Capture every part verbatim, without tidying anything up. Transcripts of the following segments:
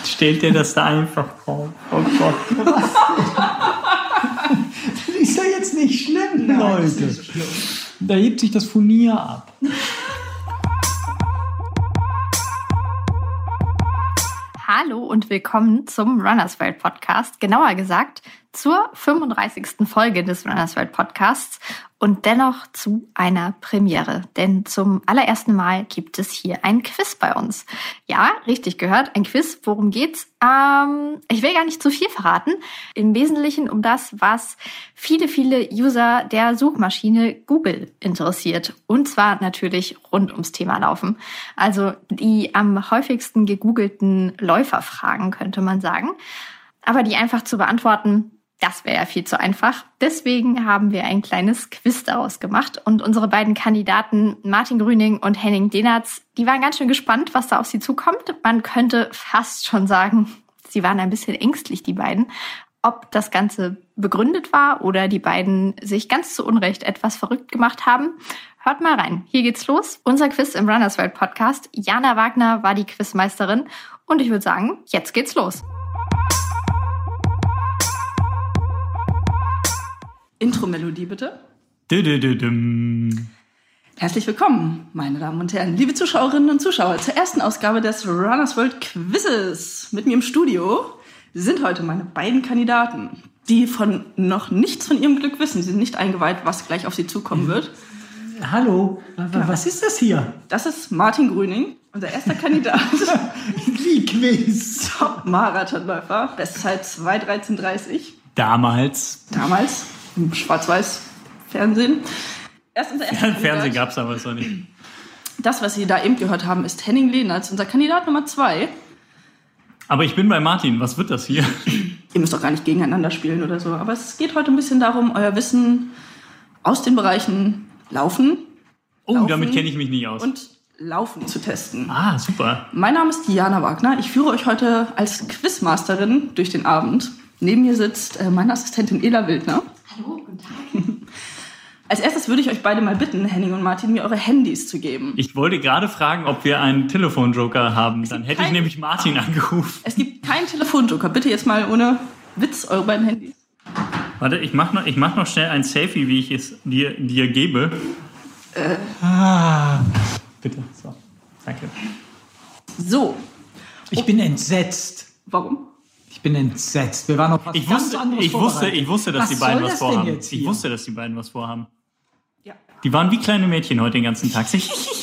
Stellt dir das da einfach drauf. Oh Gott. Das ist ja jetzt nicht schlimm, Nein, Leute. das ist nicht so schlimm. Da hebt sich das Furnier ab. Hallo und willkommen zum Runners World Podcast, genauer gesagt zur fünfunddreißigsten Folge des Runners World Podcasts und dennoch zu einer Premiere, denn zum allerersten Mal gibt es hier ein Quiz bei uns. Ja, richtig gehört, ein Quiz. Worum geht's? Ähm, ich will gar nicht zu viel verraten. Im Wesentlichen um das, was viele, viele User der Suchmaschine Google interessiert. Und zwar natürlich rund ums Thema Laufen. Also die am häufigsten gegoogelten Läuferfragen, könnte man sagen. Aber die einfach zu beantworten, das wäre ja viel zu einfach. Deswegen haben wir ein kleines Quiz daraus gemacht. Und unsere beiden Kandidaten Martin Grüning und Henning Dehnartz, die waren ganz schön gespannt, was da auf sie zukommt. Man könnte fast schon sagen, sie waren ein bisschen ängstlich, die beiden. Ob das Ganze begründet war oder die beiden sich ganz zu Unrecht etwas verrückt gemacht haben. Hört mal rein. Hier geht's los. Unser Quiz im Runners World Podcast. Jana Wagner war die Quizmeisterin. Und ich würde sagen, jetzt geht's los. Intro-Melodie bitte. Dü-dü-dü-düm. Herzlich willkommen, meine Damen und Herren, liebe Zuschauerinnen und Zuschauer, zur ersten Ausgabe des Runners World Quizzes. Mit mir im Studio sind heute meine beiden Kandidaten, die von noch nichts von ihrem Glück wissen. Sie sind nicht eingeweiht, was gleich auf sie zukommen wird. Hallo, was ist das hier? Das ist Martin Grüning, unser erster Kandidat. Wie Quiz. Top-Marathonläufer, Bestzeit zwei dreizehn dreißig. Damals. Damals im Schwarz-Weiß-Fernsehen. Erst unser erster Ja, Fernsehen Kandidat. gab es aber noch nicht. Das, was Sie da eben gehört haben, ist Henning Dehnartz, unser Kandidat Nummer zwei. Aber ich bin bei Martin. Was wird das hier? Ihr müsst doch gar nicht gegeneinander spielen oder so. Aber es geht heute ein bisschen darum, euer Wissen aus den Bereichen Laufen, Oh, Laufen damit kenne ich mich nicht aus. und Laufen zu testen. Ah, super. Mein Name ist Jana Wagner. Ich führe euch heute als Quizmasterin durch den Abend. Neben mir sitzt äh, meine Assistentin Ela Wildner. Hallo, guten Tag. Als erstes würde ich euch beide mal bitten, Henning und Martin, mir eure Handys zu geben. Ich wollte gerade fragen, ob wir einen Telefonjoker haben. Dann gibt hätte ich keinen- nämlich Martin angerufen. Es gibt keinen Telefonjoker. Bitte jetzt mal ohne Witz eure beiden Handys. Warte, ich mach noch, ich mach noch schnell ein Selfie, wie ich es dir, dir gebe. Äh, Ah, Bitte. So. Danke. so, ich bin entsetzt. warum? Ich bin entsetzt. Wir waren auf was Ich ganz wusste, anderes ich wusste, vorbereitet. ich wusste, dass Was die beiden soll was das denn vorhaben. jetzt Ich hier? wusste, dass die beiden was vorhaben. Ja. Die waren wie kleine Mädchen heute den ganzen Tag.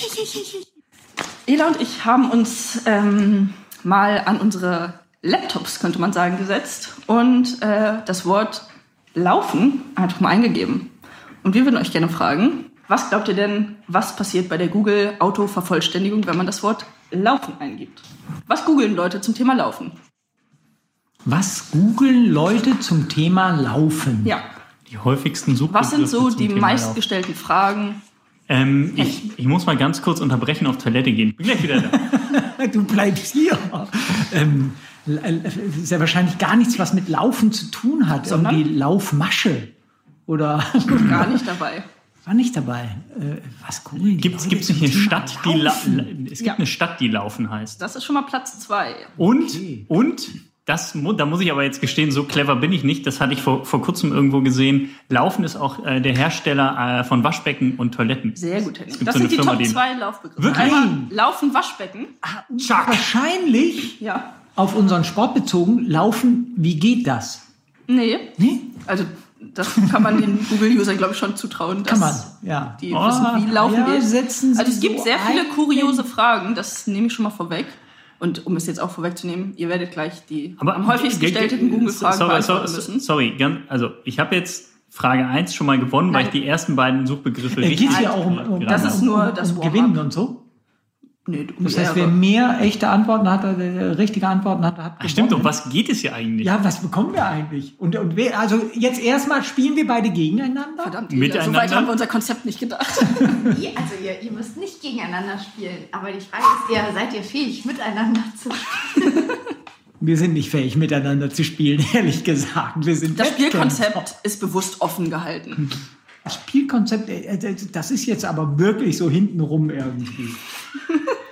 Ela und ich haben uns ähm, mal an unsere Laptops, könnte man sagen, gesetzt und äh, das Wort Laufen einfach mal eingegeben. Und wir würden euch gerne fragen, was glaubt ihr denn, was passiert bei der Google-Autovervollständigung, wenn man das Wort Laufen eingibt? Was googeln Leute zum Thema Laufen? Was googeln Leute zum Thema Laufen? Ja, Die häufigsten Suchbegriffe was sind so zum die Thema meistgestellten Fragen? Laufen. Ähm, ich, ich muss mal ganz kurz unterbrechen, auf Toilette gehen. Bin gleich wieder da. Du bleibst hier. ähm, ist ja wahrscheinlich gar nichts, was mit Laufen zu tun hat. Sondern? Irgendwie Laufmasche. Oder Gar nicht dabei. war nicht dabei. Äh, was googeln die Gibt es Leute nicht zum eine Thema Stadt, die la Laufen? la es gibt Ja. eine Stadt, die Laufen heißt. Das ist schon mal Platz zwei. Und, Okay. und das, mu- da muss ich aber jetzt gestehen, so clever bin ich nicht. Das hatte ich vor, vor kurzem irgendwo gesehen. Laufen ist auch äh, der Hersteller äh, von Waschbecken und Toiletten. Sehr gut, Henning. gibt Das so eine sind die Firma, Top die- zwei Laufbegriffe. Wirklich? Einmal Laufen, Waschbecken. Chuck. Wahrscheinlich Ja. auf unseren Sport bezogen, Laufen, wie geht das? Nee. Nee? Also das kann man den Google-Usern, glaube ich, schon zutrauen, dass Kann man, ja. die Oh, wissen, wie Laufen ja, geht. setzen Sie Also es gibt so sehr viele ein- kuriose Fragen, das nehme ich schon mal vorweg. Und um es jetzt auch vorwegzunehmen, ihr werdet gleich die Aber am häufigsten ge- ge- gestellten Google-Fragen sorry, beantworten sorry, müssen. sorry, ganz- also ich habe jetzt Frage eins schon mal gewonnen, weil Nein. ich die ersten beiden Suchbegriffe Äh, richtig Geht es ja auch um, um, Das ist um, nur um, das um Warm-up. Gewinnen und so? Nee, du, Das heißt, wer mehr echte Antworten hat, äh, richtige Antworten hat, hat Ach, stimmt, um gewonnen. was geht es hier eigentlich? Ja, was bekommen wir eigentlich? Und, und wer, also jetzt erstmal spielen wir beide gegeneinander? Verdammt, Miteinander? so weit haben wir unser Konzept nicht gedacht. Ihr, also ihr, ihr müsst nicht gegeneinander spielen, aber die Frage ist eher, seid ihr fähig, miteinander zu spielen? Wir sind nicht fähig, miteinander zu spielen, ehrlich gesagt. Wir sind Das Wettkämpfer. Spielkonzept ist bewusst offen gehalten. Das Spielkonzept, äh, äh, das ist jetzt aber wirklich so hintenrum irgendwie.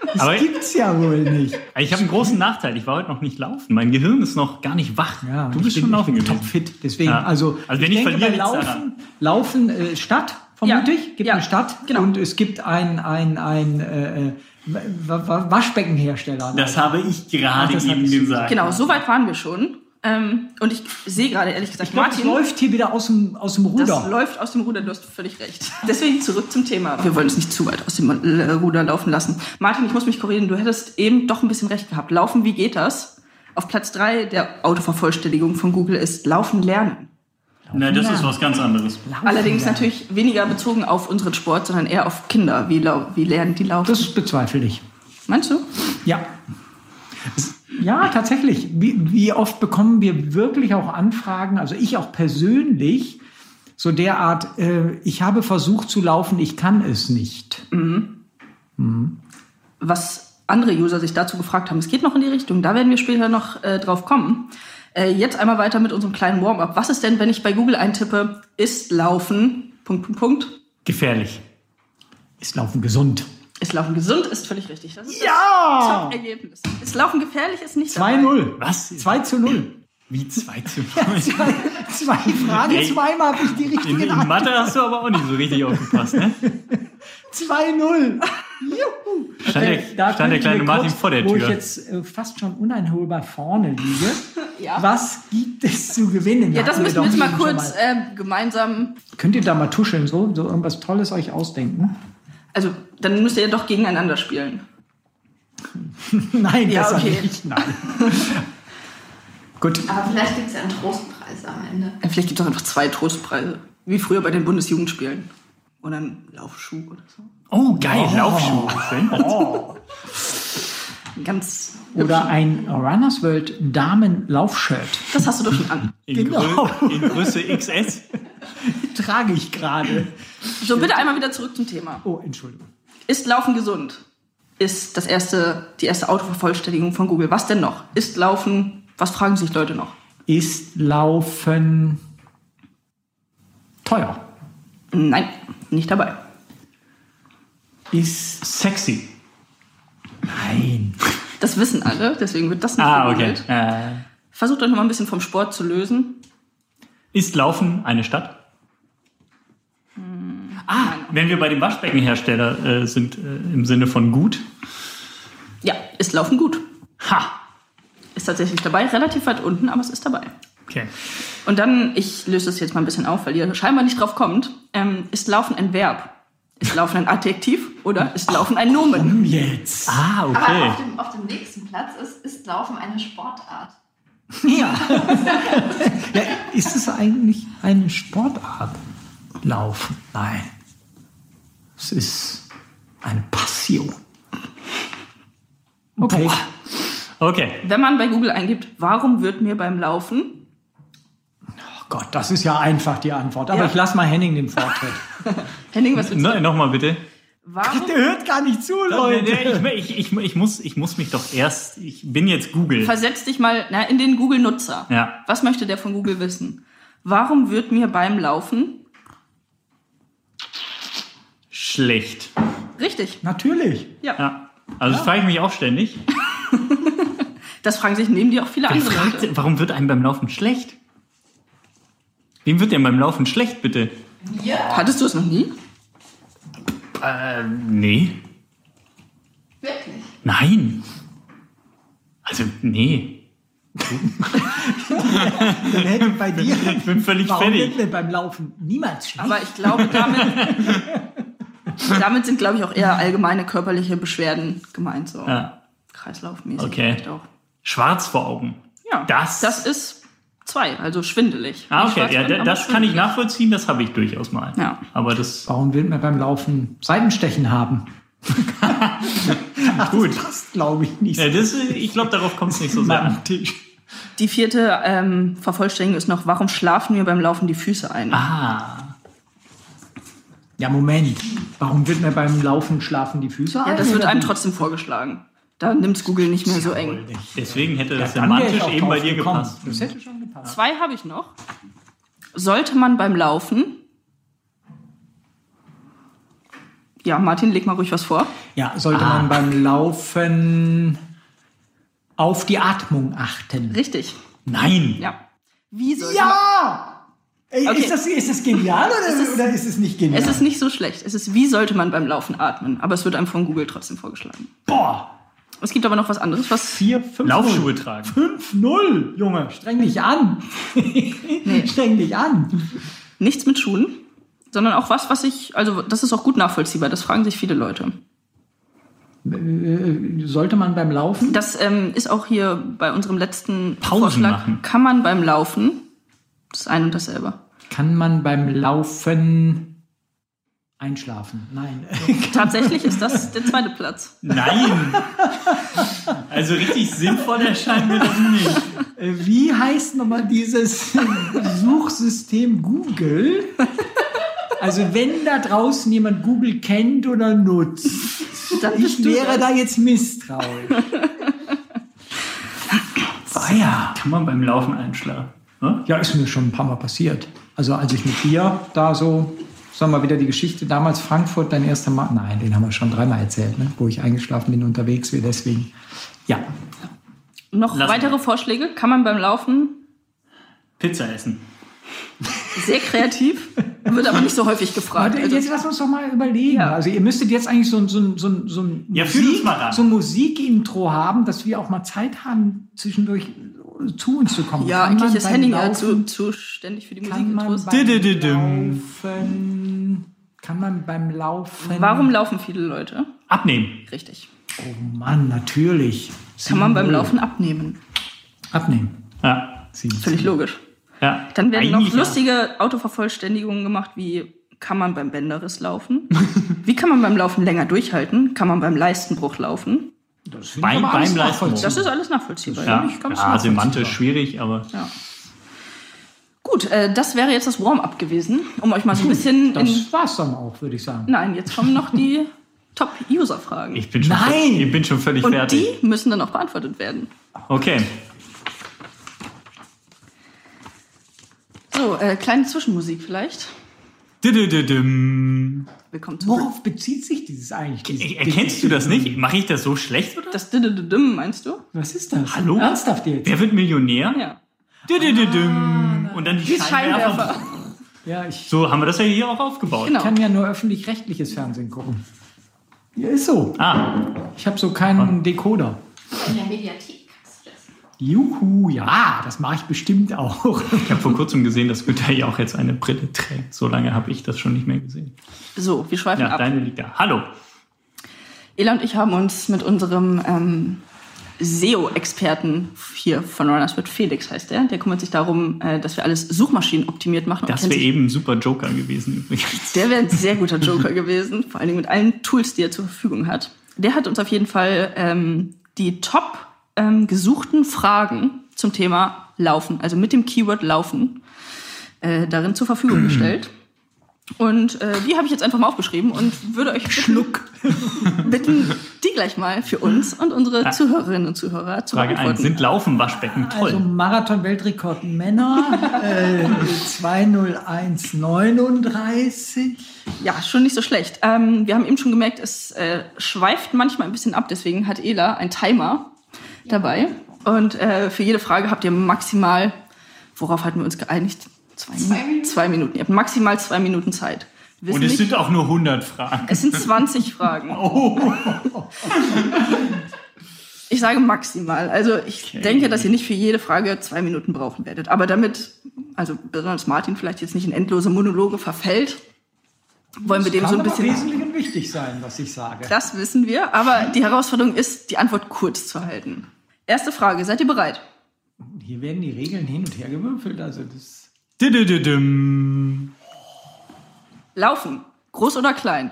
Das Aber gibt's ja wohl nicht. ich habe einen großen Nachteil. Ich war heute noch nicht laufen. Mein Gehirn ist noch gar nicht wach. Ja, du bist ich schon bin, laufen ich bin gewesen. topfit. Deswegen, Ja. also, Also wenn ich ich denke, verliere, bei liegt's Laufen, Laufen äh, Stadt, vermute Ja. ich, gibt Ja. eine Stadt Genau. und es gibt ein, ein, ein äh, Wa- Wa- Waschbeckenhersteller. Das habe ich gerade Ach, das hab eben ich so gesagt. Genau, so weit waren wir schon. Ähm, und ich sehe gerade ehrlich gesagt, Ich glaube, es Martin, läuft hier wieder aus dem, aus dem Ruder. das läuft aus dem Ruder, du hast völlig recht. Deswegen zurück zum Thema. Wir wollen es nicht zu weit aus dem äh, Ruder laufen lassen. Martin, ich muss mich korrigieren, du hättest eben doch ein bisschen recht gehabt. Laufen, wie geht das? Auf Platz drei der Autovervollständigung von Google ist Laufen lernen. Na, das ist was ganz anderes. Laufen Allerdings lernen. natürlich weniger bezogen auf unseren Sport, sondern eher auf Kinder. Wie, lau wie lernen die laufen? Das bezweifle ich. Meinst du? Ja. Ja, tatsächlich. Wie, wie oft bekommen wir wirklich auch Anfragen, also ich auch persönlich, so derart, äh, ich habe versucht zu laufen, ich kann es nicht. Was andere User sich dazu gefragt haben, es geht noch in die Richtung, da werden wir später noch äh, drauf kommen. Äh, jetzt einmal weiter mit unserem kleinen Warm-up. Was ist denn, wenn ich bei Google eintippe, ist Laufen, Punkt, Punkt, Punkt, Gefährlich. Ist Laufen gesund? ist Laufen gesund, ist völlig richtig. Das ist Ja! das Top-Ergebnis. Ist Laufen gefährlich, ist nicht zwei dabei. null. Was? zwei zu null. Wie zwei zu Zwei, zwei Fragen, Ey. zweimal habe ich die In, richtige in Antwort. Mathe hast du aber auch nicht so richtig aufgepasst, ne? zwei null. Juhu. Stand der- da stand der könnten kleine wir Martin kurz, vor der Wo ich Tür. jetzt äh, fast schon uneinholbar vorne liege. Ja. Was gibt es zu gewinnen? Ja, das Hatten müssen wir doch jetzt mal eben schon kurz äh, gemeinsam. Könnt ihr da mal tuscheln, so, so irgendwas Tolles euch ausdenken? Also, dann müsst ihr ja doch gegeneinander spielen. Nein, Ja, besser okay. nicht. Nein. Gut. Aber vielleicht gibt es ja einen Trostpreis am Ende. Äh, Vielleicht gibt es auch einfach zwei Trostpreise. Wie früher bei den Bundesjugendspielen. Oder einen Laufschuh oder so. Oh, geil, Laufschuhe. Ganz. Oder ein Runners World Damen-Laufshirt. Das hast du doch schon an. In, Genau. Grö in Größe X S. Trage ich gerade. So, bitte einmal wieder zurück zum Thema. Oh, Entschuldigung. Ist Laufen gesund? Ist das erste, die erste Autovervollständigung von Google. Was denn noch? Ist Laufen, was fragen sich Leute noch? Ist Laufen teuer? Nein, nicht dabei. Ist Sexy. nein. Das wissen alle, deswegen wird das nicht Ah, okay. gegoogelt. Äh, Versucht euch noch mal ein bisschen vom Sport zu lösen. ist Laufen eine Stadt? Ah, wenn wir bei dem Waschbeckenhersteller äh, sind, äh, im Sinne von gut. Ja, ist Laufen gut. Ha! Ist tatsächlich dabei, relativ weit unten, aber es ist dabei. Okay. Und dann, ich löse das jetzt mal ein bisschen auf, weil ihr scheinbar nicht drauf kommt. Ähm, ist Laufen ein Verb? Ist Laufen ein Adjektiv oder ist Laufen ein Nomen? Jetzt. Ah, Aber okay. auf dem, auf dem nächsten Platz ist, ist Laufen eine Sportart. Ja. Ja. Ist es eigentlich eine Sportart? Laufen? Nein. Es ist eine Passion. Okay. Okay. Wenn man bei Google eingibt, warum wird mir beim Laufen? Oh Gott, das ist ja einfach die Antwort. Aber Ja. ich lasse mal Henning den Vortritt. Henning, was willst du? No, Nochmal bitte. Warum? Der hört gar nicht zu, Leute. Ich, ich, ich, ich, muss, ich muss mich doch erst. Ich bin jetzt Google. Versetz dich mal na, in den Google-Nutzer. Ja. Was möchte der von Google wissen? Warum wird mir beim Laufen? Schlecht. Richtig. Natürlich. Ja. Ja. Also das frage ich mich auch ständig. Das fragen sich neben dir auch viele Wer andere fragt, Leute. warum wird einem beim Laufen schlecht? Wem wird denn beim Laufen schlecht, bitte? Ja. Hattest du es noch nie? Äh, nee. Wirklich? Nein. Also, nee. Dann hätte bei dir. Ich bin völlig Warum wird fertig. mir beim Laufen niemals schlecht? Aber ich glaube, damit, damit sind, glaube ich, auch eher allgemeine körperliche Beschwerden gemeint. So Ja. Kreislaufmäßig Okay. vielleicht auch. Schwarz vor Augen. Ja, Das- das ist zwei, also schwindelig. Ah, Nicht okay. schwarz Ja, werden, da- aber das kann ich schwindelig. nachvollziehen, das habe ich durchaus mal. Ja. Aber das. Warum will man beim Laufen Seitenstechen haben? Ach, Gut. Das passt, glaube ich, nicht. Ja, das, ich glaube, darauf kommt es nicht so sehr an. Am Tisch. Die vierte ähm, Vervollständigung ist noch, warum schlafen mir beim Laufen die Füße ein? Ah. Ja, Moment. Warum wird mir beim Laufen schlafen die Füße Ja, ein? das wird oder einem wie? trotzdem vorgeschlagen. Da nimmt Google nicht mehr so eng. Deswegen hätte das Dann wäre ich semantisch auch eben bei drauf dir gekommen. gepasst. Das hätte schon gepasst. Zwei habe ich noch. Sollte man beim Laufen Ja, Martin, leg mal ruhig was vor. Ja, sollte Ah. man beim Laufen auf die Atmung achten? Richtig. Nein. Ja. Wie soll man... Ja! Ey, Okay. ist, das, ist das genial oder, Es ist- oder ist es nicht genial? Es ist nicht so schlecht. Es ist, wie sollte man beim Laufen atmen? Aber es wird einem von Google trotzdem vorgeschlagen. Boah! Es gibt aber noch was anderes, was... vier, fünf, Laufschuhe tragen. fünf null, Junge. Streng dich an. Streng dich an. Nichts mit Schuhen, sondern auch was, was ich... Also das ist auch gut nachvollziehbar. Das fragen sich viele Leute. Äh, sollte man beim Laufen? Das ähm, ist auch hier bei unserem letzten Pausen Vorschlag. machen. Kann man beim Laufen... Das ist ein und dasselbe. Kann man beim Laufen einschlafen? Nein. Tatsächlich ist das der zweite Platz. Nein. Also richtig sinnvoll erscheint mir das nicht. Äh, Wie heißt nochmal dieses Suchsystem Google? Also wenn da draußen jemand Google kennt oder nutzt, Dann ich bist du wäre das. da jetzt misstrauisch. Ah ja. Kann man beim Laufen einschlafen? Hm? Ja, ist mir schon ein paar Mal passiert. Also als ich mit dir da so, sagen wir mal wieder die Geschichte, damals Frankfurt, dein erster Mal, nein, den haben wir schon dreimal erzählt, ne? Wo ich eingeschlafen bin unterwegs, wie deswegen. Ja, Noch Lass weitere mal. Vorschläge? Kann man beim Laufen Pizza essen. sehr kreativ, wird aber nicht so häufig gefragt. warte, Also, jetzt lass uns doch mal überlegen. Ja. Also ihr müsstet jetzt eigentlich so, ein- so, ein- so, ein- so ein Ja, führ uns mal ran. so ein Musikintro haben, dass wir auch mal Zeit haben, zwischendurch zu uns zu kommen. ja, Kann man eigentlich ist beim Henning ja Laufen- zu, zuständig für die Kann man Musikintros. beim Didididim. Laufen... Kann man beim Laufen... Warum laufen viele Leute? Abnehmen. Richtig. Oh Mann, natürlich. Kann man beim sieben null. Laufen abnehmen? Abnehmen. Ja. sieben Völlig logisch. Ja. Dann werden Eigentlich noch lustige Autovervollständigungen gemacht, wie kann man beim Bänderriss laufen? Wie kann man beim Laufen länger durchhalten? Kann man beim Leistenbruch laufen? Das finde Beim- ich aber alles beim Leisten- nachvollziehbar. Das ist alles nachvollziehbar. Ja, ich ganz ja nachvollziehbar. semantisch schwierig, aber Ja. Gut, äh, das wäre jetzt das Warm-up gewesen, um euch mal so ein bisschen in... Das war's dann auch, würde ich sagen. Nein, jetzt kommen noch die Top-User-Fragen. ich bin schon, Nein! ich bin schon völlig Und fertig. die müssen dann auch beantwortet werden. Okay. So, äh, kleine Zwischenmusik vielleicht. Didididim. Willkommen zu Worauf bezieht sich dieses eigentlich? Dieses- Erkennst du das nicht? Mache ich das so schlecht, oder? Das Didididim, meinst du? Was ist das? Hallo? Ernsthaft jetzt? Wer wird Millionär? Ja. Didididim. Und dann die, Die Scheinwerfer. Scheinwerfer. Ja, ich So haben wir das ja hier auch aufgebaut. Genau. kann ja nur öffentlich-rechtliches Fernsehen gucken. Ja, ist so. Ah, Ich habe so keinen Decoder. In der Mediathek kannst du das. Juhu, ja, das mache ich bestimmt auch. ich habe vor kurzem gesehen, dass Günther ja auch jetzt eine Brille trägt. So lange habe ich das schon nicht mehr gesehen. So, wir schweifen Ja, ab. deine liegt da. Hallo. Ela und ich haben uns mit unserem ähm, S E O-Experten hier von Runners World, Felix heißt der, der kümmert sich darum, äh, dass wir alles suchmaschinenoptimiert machen. und Das kennt wäre sich- eben ein super Joker gewesen übrigens. Der wäre ein sehr guter Joker gewesen, vor allen Dingen mit allen Tools, die er zur Verfügung hat. Der hat uns auf jeden Fall ähm, die top ähm, gesuchten Fragen zum Thema Laufen, also mit dem Keyword Laufen, äh, darin zur Verfügung gestellt. Und äh, die habe ich jetzt einfach mal aufgeschrieben und würde euch bitten, Schluck. bitten, die gleich mal für uns und unsere Zuhörerinnen und Zuhörer zu Frage eins. beantworten. Sind Laufenwaschbecken toll? Also Marathon-Weltrekord Männer, äh, zwei null eins neununddreißig. Ja, schon nicht so schlecht. Ähm, wir haben eben schon gemerkt, es äh, schweift manchmal ein bisschen ab. Deswegen hat Ela einen Timer dabei. Und äh, für jede Frage habt ihr maximal, worauf hatten wir uns geeinigt? Zwei, Zwei Minuten? Minuten? Zwei Minuten. Ihr habt maximal zwei Minuten Zeit. Wir Und wissen es nicht- sind auch nur hundert Fragen. es sind zwanzig Fragen. Ich sage maximal. Also ich Okay. denke, dass ihr nicht für jede Frage zwei Minuten brauchen werdet. Aber damit, also besonders Martin vielleicht jetzt nicht in endlose Monologe verfällt, wollen wir dem so ein bisschen... Kann aber wesentlich und wichtig sein, was ich sage. Das wissen wir, aber die Herausforderung ist, die Antwort kurz zu halten. Erste Frage, seid ihr bereit? Hier werden die Regeln hin und her gewürfelt. Also das Didididim. Laufen, groß oder klein?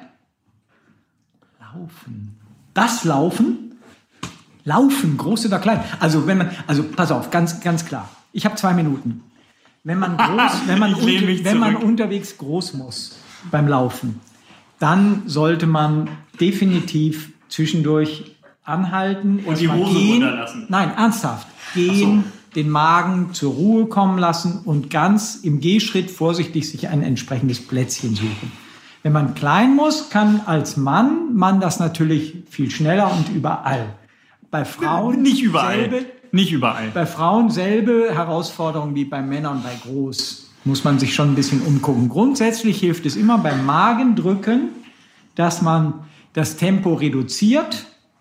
Laufen. Das Laufen? Laufen, groß oder klein? Also wenn man, also pass auf, ganz, ganz klar. Ich habe zwei Minuten. Wenn man groß, wenn man, Ich lehne unter, mich wenn man zurück. unterwegs groß muss beim Laufen, dann sollte man definitiv zwischendurch anhalten und die Hose gehen. runterlassen. Nein, ernsthaft. Gehen, den Magen zur Ruhe kommen lassen und ganz im Gehschritt vorsichtig sich ein entsprechendes Plätzchen suchen. Wenn man klein muss, kann als Mann man das natürlich viel schneller und überall. Bei Frauen Nicht überall. Selbe, Nicht überall. bei Frauen selbe Herausforderung wie bei Männern bei groß. Muss man sich schon ein bisschen umgucken. Grundsätzlich hilft es immer beim Magendrücken, dass man das Tempo reduziert.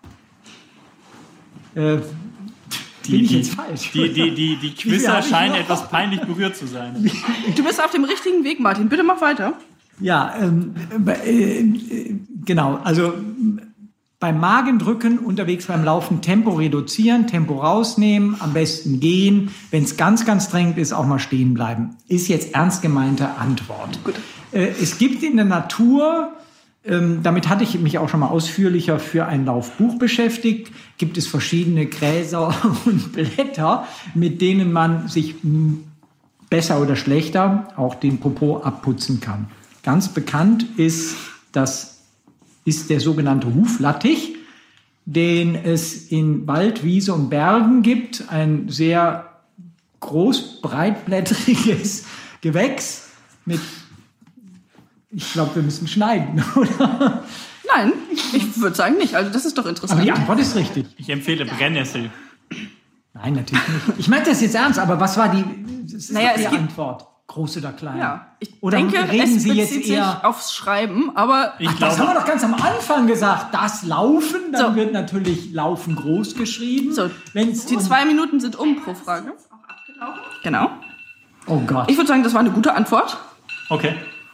Äh, Die, bin ich die, jetzt falsch? die, die, die, die Wie viel Quizzer hab ich scheinen noch? etwas peinlich berührt zu sein. Du bist auf dem richtigen Weg, Martin. Bitte mach weiter. Ja, ähm, äh, äh, genau. Also beim Magendrücken unterwegs beim Laufen Tempo reduzieren, Tempo rausnehmen, am besten gehen. Wenn es ganz, ganz drängend ist, auch mal stehen bleiben. Ist jetzt ernst gemeinte Antwort. Gut. Äh, es gibt in der Natur, ähm, damit hatte ich mich auch schon mal ausführlicher für ein Laufbuch beschäftigt, gibt es verschiedene Gräser und Blätter, mit denen man sich mh, besser oder schlechter auch den Popo abputzen kann. Ganz bekannt ist, das ist der sogenannte Huflattich, den es in Wald, Wiese und Bergen gibt. Ein sehr groß, breitblättriges Gewächs mit, ich glaube, wir müssen schneiden, oder? Nein, ich würde sagen nicht. Also das ist doch interessant. Aber die Antwort ist richtig. Ich empfehle Brennnessel. Nein, natürlich nicht. Ich meine das jetzt ernst, aber was war die, das ist Naja, doch die es gibt- Antwort? Groß oder klein? Ja, ich Oder denke, reden es Sie jetzt bezieht sich eher... aufs Schreiben, aber Ich Ach, das haben glaube, wir doch ganz am Anfang gesagt. Das Laufen, dann So. wird natürlich Laufen groß geschrieben. so, Wenn's die um- zwei Minuten sind um pro Frage. Genau. Oh Gott. Ich würde sagen, das war eine gute Antwort. okay.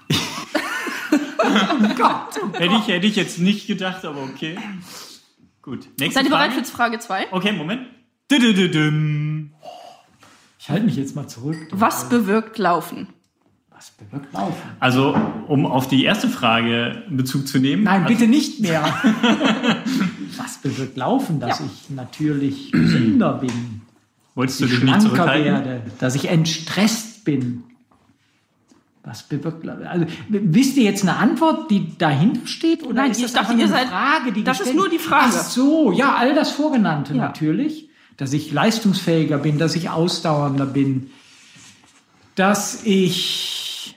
Hätte ich, hätte ich jetzt nicht gedacht, aber okay. Gut. Nächste Seid ihr bereit Frage. für Frage zwei? Okay, Moment. Dü-dü-dü-düm. Ich halte mich jetzt mal zurück. Was bewirkt Laufen? Was bewirkt Laufen? Also, um auf die erste Frage Bezug zu nehmen. Nein, also, bitte nicht mehr. Was bewirkt Laufen? Dass Ja. ich natürlich gesünder bin. Wolltest du Dass ich dich nicht schlanker zurückhalten? werde. Dass ich entstresst bin. Was bewirkt Laufen? Also, wisst ihr jetzt eine Antwort, die dahinter steht? Oder Nein, ist ich das dachte, einfach ihr eine seid- Frage, die das ist gestellt nur die Frage. Ach so, ja, all das Vorgenannte Ja. natürlich. Dass ich leistungsfähiger bin, dass ich ausdauernder bin, dass ich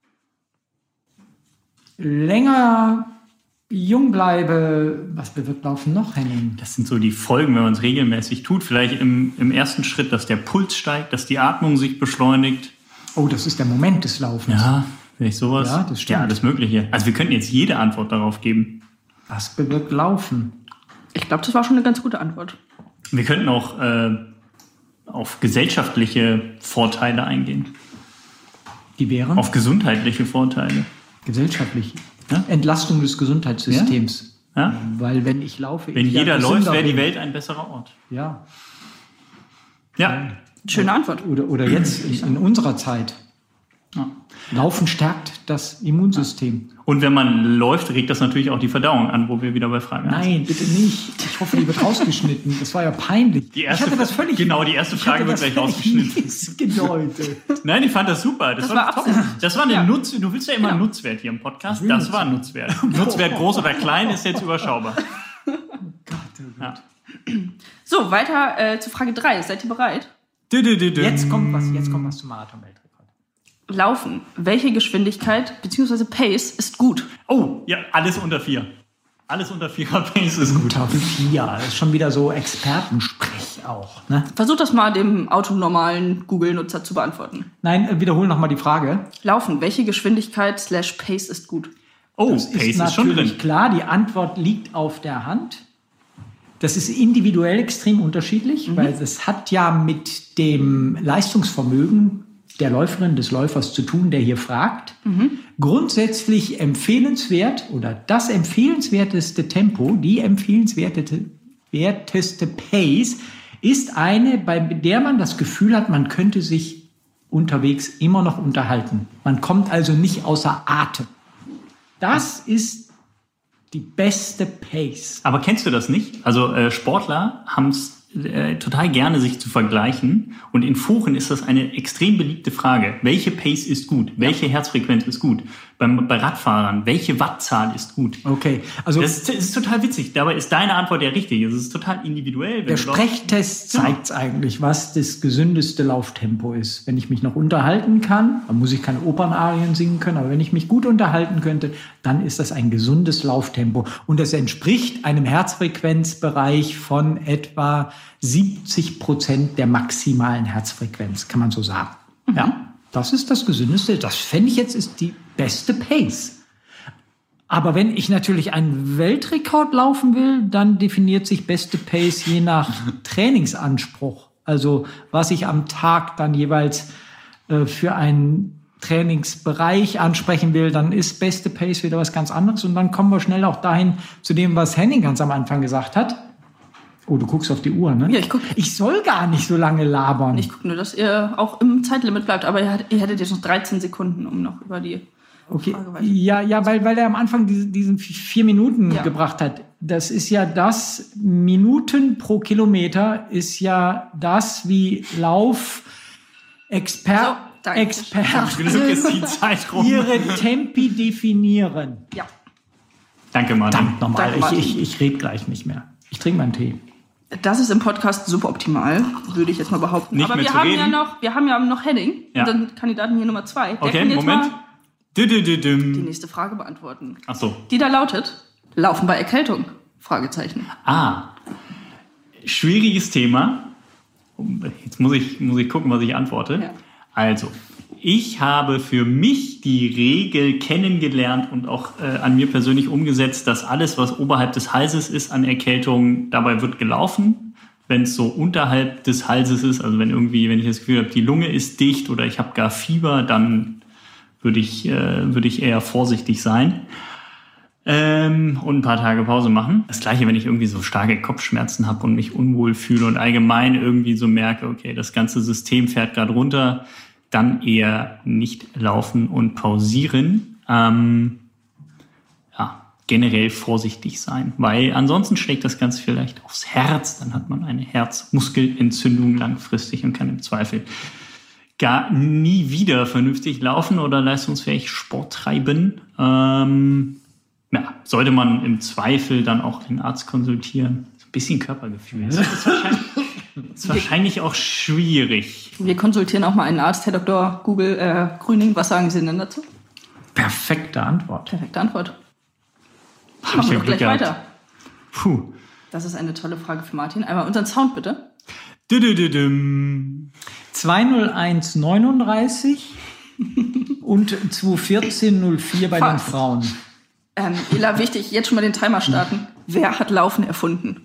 länger jung bleibe. Was bewirkt Laufen noch, Henning? Das sind so die Folgen, wenn man es regelmäßig tut. Vielleicht im, im ersten Schritt, dass der Puls steigt, dass die Atmung sich beschleunigt. Oh, das ist der Moment des Laufens. Ja, vielleicht sowas. Ja, das stimmt. Ja, alles Mögliche. Also wir könnten jetzt jede Antwort darauf geben. Was bewirkt Laufen? Ich glaube, das war schon eine ganz gute Antwort. Wir könnten auch äh, auf gesellschaftliche Vorteile eingehen. Die wären Auf gesundheitliche Vorteile. gesellschaftlich. Ja? Entlastung des Gesundheitssystems. Ja? Weil wenn ich laufe, Wenn ich ja jeder gesünder läuft, wäre die bin. Welt ein besserer Ort. Ja. Ja. Schöne Antwort. Oder, oder jetzt in, in unserer Zeit. Ja. Laufen stärkt das Immunsystem. Und wenn man läuft, regt das natürlich auch die Verdauung an, wo wir wieder bei Fragen sind. Nein, bitte nicht. Ich hoffe, die wird rausgeschnitten. Das war ja peinlich. Die erste ich hatte das Fra- völlig, genau, die erste ich Frage hatte wird das gleich völlig rausgeschnitten. missgedeutet. Nein, ich fand das super. Das, Das war, war top. Absicht. Das war eine Ja. Nutz. Du willst ja immer Genau. Nutzwert hier im Podcast. Das war Nutzwert. Nutzwert groß oder klein ist jetzt überschaubar. Ja. So, weiter äh, zu Frage drei. Seid ihr bereit? Dü, dü, dü, dü. Jetzt kommt was, jetzt kommt was zum Marathon-Weltrekord. Laufen. Welche Geschwindigkeit bzw. Pace ist gut? Oh, ja, alles unter vier. Alles unter vierer Pace ist gut. Unter vier. Das ist schon wieder so Expertensprech auch. Ne? Versucht das mal dem autonormalen Google-Nutzer zu beantworten. Nein, äh, wiederhol nochmal die Frage. Laufen. Welche Geschwindigkeit slash Pace ist gut? Oh, Das Pace ist ist, schon natürlich drin. klar, die Antwort liegt auf der Hand. Das ist individuell extrem unterschiedlich, Mhm. weil es hat ja mit dem Leistungsvermögen der Läuferin, des Läufers zu tun, der hier fragt. Mhm. Grundsätzlich empfehlenswert oder das empfehlenswerteste Tempo, die empfehlenswerteste werteste Pace ist eine, bei der man das Gefühl hat, man könnte sich unterwegs immer noch unterhalten. Man kommt also nicht außer Atem. Das ist die beste Pace. Aber kennst du das nicht? Also äh, Sportler haben es äh, total gerne, sich zu vergleichen. Und in Foren ist das eine extrem beliebte Frage. Welche Pace ist gut? Welche Herzfrequenz ist gut? Beim, bei Radfahrern, welche Wattzahl ist gut? Okay, also das ist, das ist total witzig. Dabei ist deine Antwort ja richtig. Es ist total individuell. Wenn der Sprechtest zeigt eigentlich, was das gesündeste Lauftempo ist. Wenn ich mich noch unterhalten kann, dann muss ich keine Opernarien singen können, aber wenn ich mich gut unterhalten könnte, dann ist das ein gesundes Lauftempo. Und das entspricht einem Herzfrequenzbereich von etwa siebzig Prozent der maximalen Herzfrequenz, kann man so sagen. Mhm. Ja. Das ist das Gesündeste. Das fände ich jetzt ist die beste Pace. Aber wenn ich natürlich einen Weltrekord laufen will, dann definiert sich beste Pace je nach Trainingsanspruch. Also was ich am Tag dann jeweils äh, für einen Trainingsbereich ansprechen will, dann ist beste Pace wieder was ganz anderes. Und dann kommen wir schnell auch dahin zu dem, was Henning ganz am Anfang gesagt hat. Oh, du guckst auf die Uhr, ne? Ja, ich guck. Ich soll gar nicht so lange labern. Ich gucke nur, dass ihr auch im Zeitlimit bleibt. Aber ihr, hat, ihr hättet jetzt noch dreizehn Sekunden, um noch über die okay. Frage weiter. Ja, ja, weil, weil er am Anfang diese, diesen vier Minuten ja. gebracht hat. Das ist ja das, Minuten pro Kilometer ist ja das, wie Lauf-Experten so, Experten ihre Tempi definieren. Ja. Danke, Martin. Verdammt nochmal, ich, ich, ich rede gleich nicht mehr. Ich trinke meinen Tee. Das ist im Podcast super optimal, würde ich jetzt mal behaupten. Nicht Aber mehr wir zu haben reden. ja noch, wir haben ja noch Henning, Ja. unseren Kandidaten hier Nummer zwei. Der Okay, kann jetzt Moment. mal Dü -dü -dü die -düm. nächste Frage beantworten. Ach so. Die da lautet: Laufen bei Erkältung? Fragezeichen. Ah, schwieriges Thema. Jetzt muss ich, muss ich gucken, was ich antworte. Ja. Also, ich habe für mich die Regel kennengelernt und auch äh, an mir persönlich umgesetzt, dass alles, was oberhalb des Halses ist an Erkältung, dabei wird gelaufen. Wenn es so unterhalb des Halses ist, also wenn irgendwie, wenn ich das Gefühl habe, die Lunge ist dicht oder ich habe gar Fieber, dann würde ich, äh, würde ich eher vorsichtig sein. Ähm, und ein paar Tage Pause machen. Das Gleiche, wenn ich irgendwie so starke Kopfschmerzen habe und mich unwohl fühle und allgemein irgendwie so merke, okay, das ganze System fährt gerade runter, dann eher nicht laufen und pausieren. Ähm, ja, generell vorsichtig sein, weil ansonsten schlägt das Ganze vielleicht aufs Herz. Dann hat man eine Herzmuskelentzündung langfristig und kann im Zweifel gar nie wieder vernünftig laufen oder leistungsfähig Sport treiben. Ähm, ja, sollte man im Zweifel dann auch den Arzt konsultieren. So ein bisschen Körpergefühl. Das ist wahrscheinlich, das ist wahrscheinlich auch schwierig. Wir konsultieren auch mal einen Arzt, Herr Doktor Google äh, Grüning. Was sagen Sie denn dazu? Perfekte Antwort. Perfekte Antwort. Hab Machen ich wir ja doch Glück gleich gehabt. weiter. Puh. Das ist eine tolle Frage für Martin. Einmal unseren Sound bitte. Dü-dü-dü-düm. zwei null eins neununddreißig und zwei vierzehn null vier bei Fast. den Frauen. Ähm, Ela, wichtig, jetzt schon mal den Timer starten. Wer hat Laufen erfunden?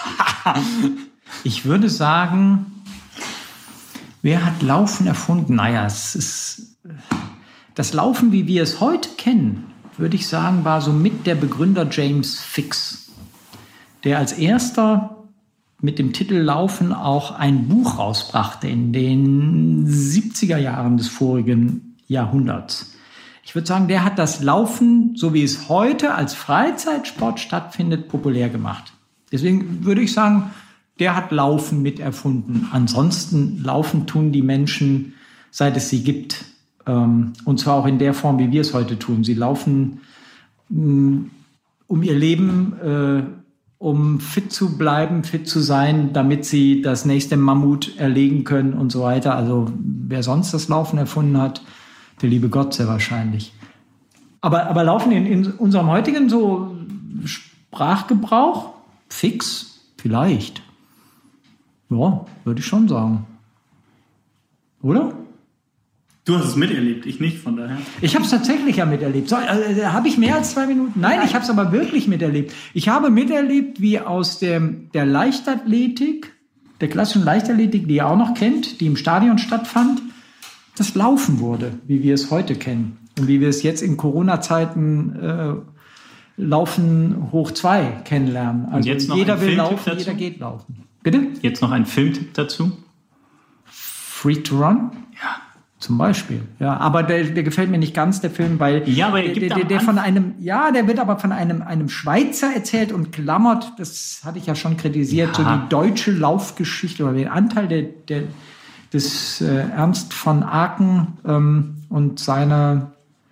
Ich würde sagen, wer hat Laufen erfunden? Naja, es ist das Laufen, wie wir es heute kennen, würde ich sagen, war somit der Begründer James Fix, der als erster mit dem Titel Laufen auch ein Buch rausbrachte in den siebziger Jahren des vorigen Jahrhunderts. Ich würde sagen, der hat das Laufen, so wie es heute als Freizeitsport stattfindet, populär gemacht. Deswegen würde ich sagen, der hat Laufen mit erfunden. Ansonsten laufen tun die Menschen, seit es sie gibt. Und zwar auch in der Form, wie wir es heute tun. Sie laufen um ihr Leben, um fit zu bleiben, fit zu sein, damit sie das nächste Mammut erlegen können und so weiter. Also wer sonst das Laufen erfunden hat, der liebe Gott sehr wahrscheinlich. Aber, aber Laufen in, in unserem heutigen so Sprachgebrauch, Fix, vielleicht. Ja, würde ich schon sagen. Oder? Du hast es miterlebt, ich nicht, von daher. Ich habe es tatsächlich ja miterlebt. So, äh, habe ich mehr als zwei Minuten? Nein, ich habe es aber wirklich miterlebt. Ich habe miterlebt, wie aus dem, der Leichtathletik, der klassischen Leichtathletik, die ihr auch noch kennt, die im Stadion stattfand, das Laufen wurde, wie wir es heute kennen. Und wie wir es jetzt in Corona-Zeiten äh, Laufen hoch zwei kennenlernen. Also jetzt noch jeder ein will Filmtipp laufen, dazu? jeder geht laufen. Bitte? Jetzt noch ein Filmtipp dazu? Free to Run? Ja. Zum Beispiel. Ja, aber der, der gefällt mir nicht ganz, der Film, weil Ja, aber er der, gibt der, am der von Anfang- einem, ja, der wird aber von einem, einem Schweizer erzählt und klammert, das hatte ich ja schon kritisiert, Ja. so die deutsche Laufgeschichte oder den Anteil der, der, des äh, Ernst von Aken ähm, und seiner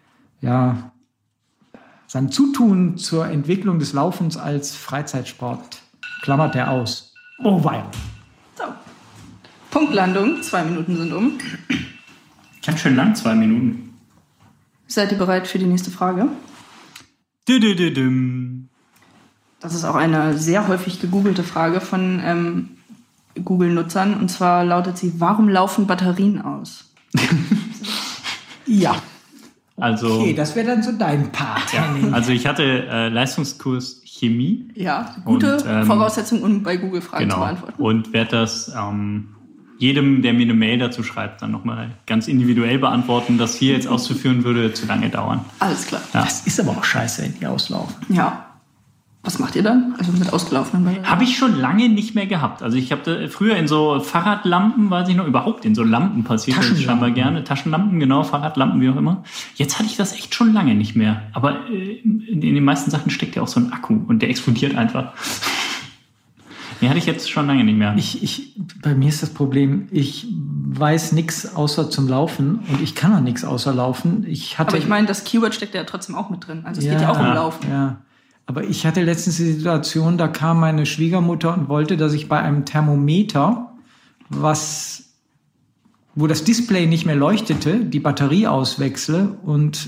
ja, sein Zutun zur Entwicklung des Laufens als Freizeitsport klammert er aus. Oh weia. So. Punktlandung, zwei Minuten sind um. Ganz schön lang, zwei Minuten. Seid ihr bereit für die nächste Frage? Dü-dü-dü-düm. Das ist auch eine sehr häufig gegoogelte Frage von ähm, Google-Nutzern. Und zwar lautet sie, warum laufen Batterien aus? Ja. Also, Okay, das wäre dann so dein Part. ja, also ich hatte äh, Leistungskurs Chemie. Ja, gute Und, ähm, Voraussetzung, um bei Google Fragen Genau. zu beantworten. Und werde das ähm, jedem, der mir eine Mail dazu schreibt, dann nochmal ganz individuell beantworten. Das hier jetzt auszuführen, würde zu lange dauern. Alles klar. Ja. Das ist aber auch scheiße, wenn die auslaufen. Ja. Was macht ihr dann? Also mit ausgelaufenen Batterien? Habe ich schon lange nicht mehr gehabt. Also ich habe früher in so Fahrradlampen, weiß ich noch, überhaupt in so Lampen passiert das scheinbar gerne. Taschenlampen, genau, Fahrradlampen, wie auch immer. Jetzt hatte ich das echt schon lange nicht mehr. Aber äh, in den meisten Sachen steckt ja auch so ein Akku und der explodiert einfach. Den hatte ich jetzt schon lange nicht mehr. Ich, ich, bei mir ist das Problem, ich weiß nichts außer zum Laufen und ich kann auch nichts außer Laufen. Ich hatte, Aber ich meine, das Keyword steckt ja trotzdem auch mit drin. Also es Ja, geht ja auch um Laufen. Ja. Aber ich hatte letztens die Situation, da kam meine Schwiegermutter und wollte, dass ich bei einem Thermometer, was, wo das Display nicht mehr leuchtete, die Batterie auswechsle und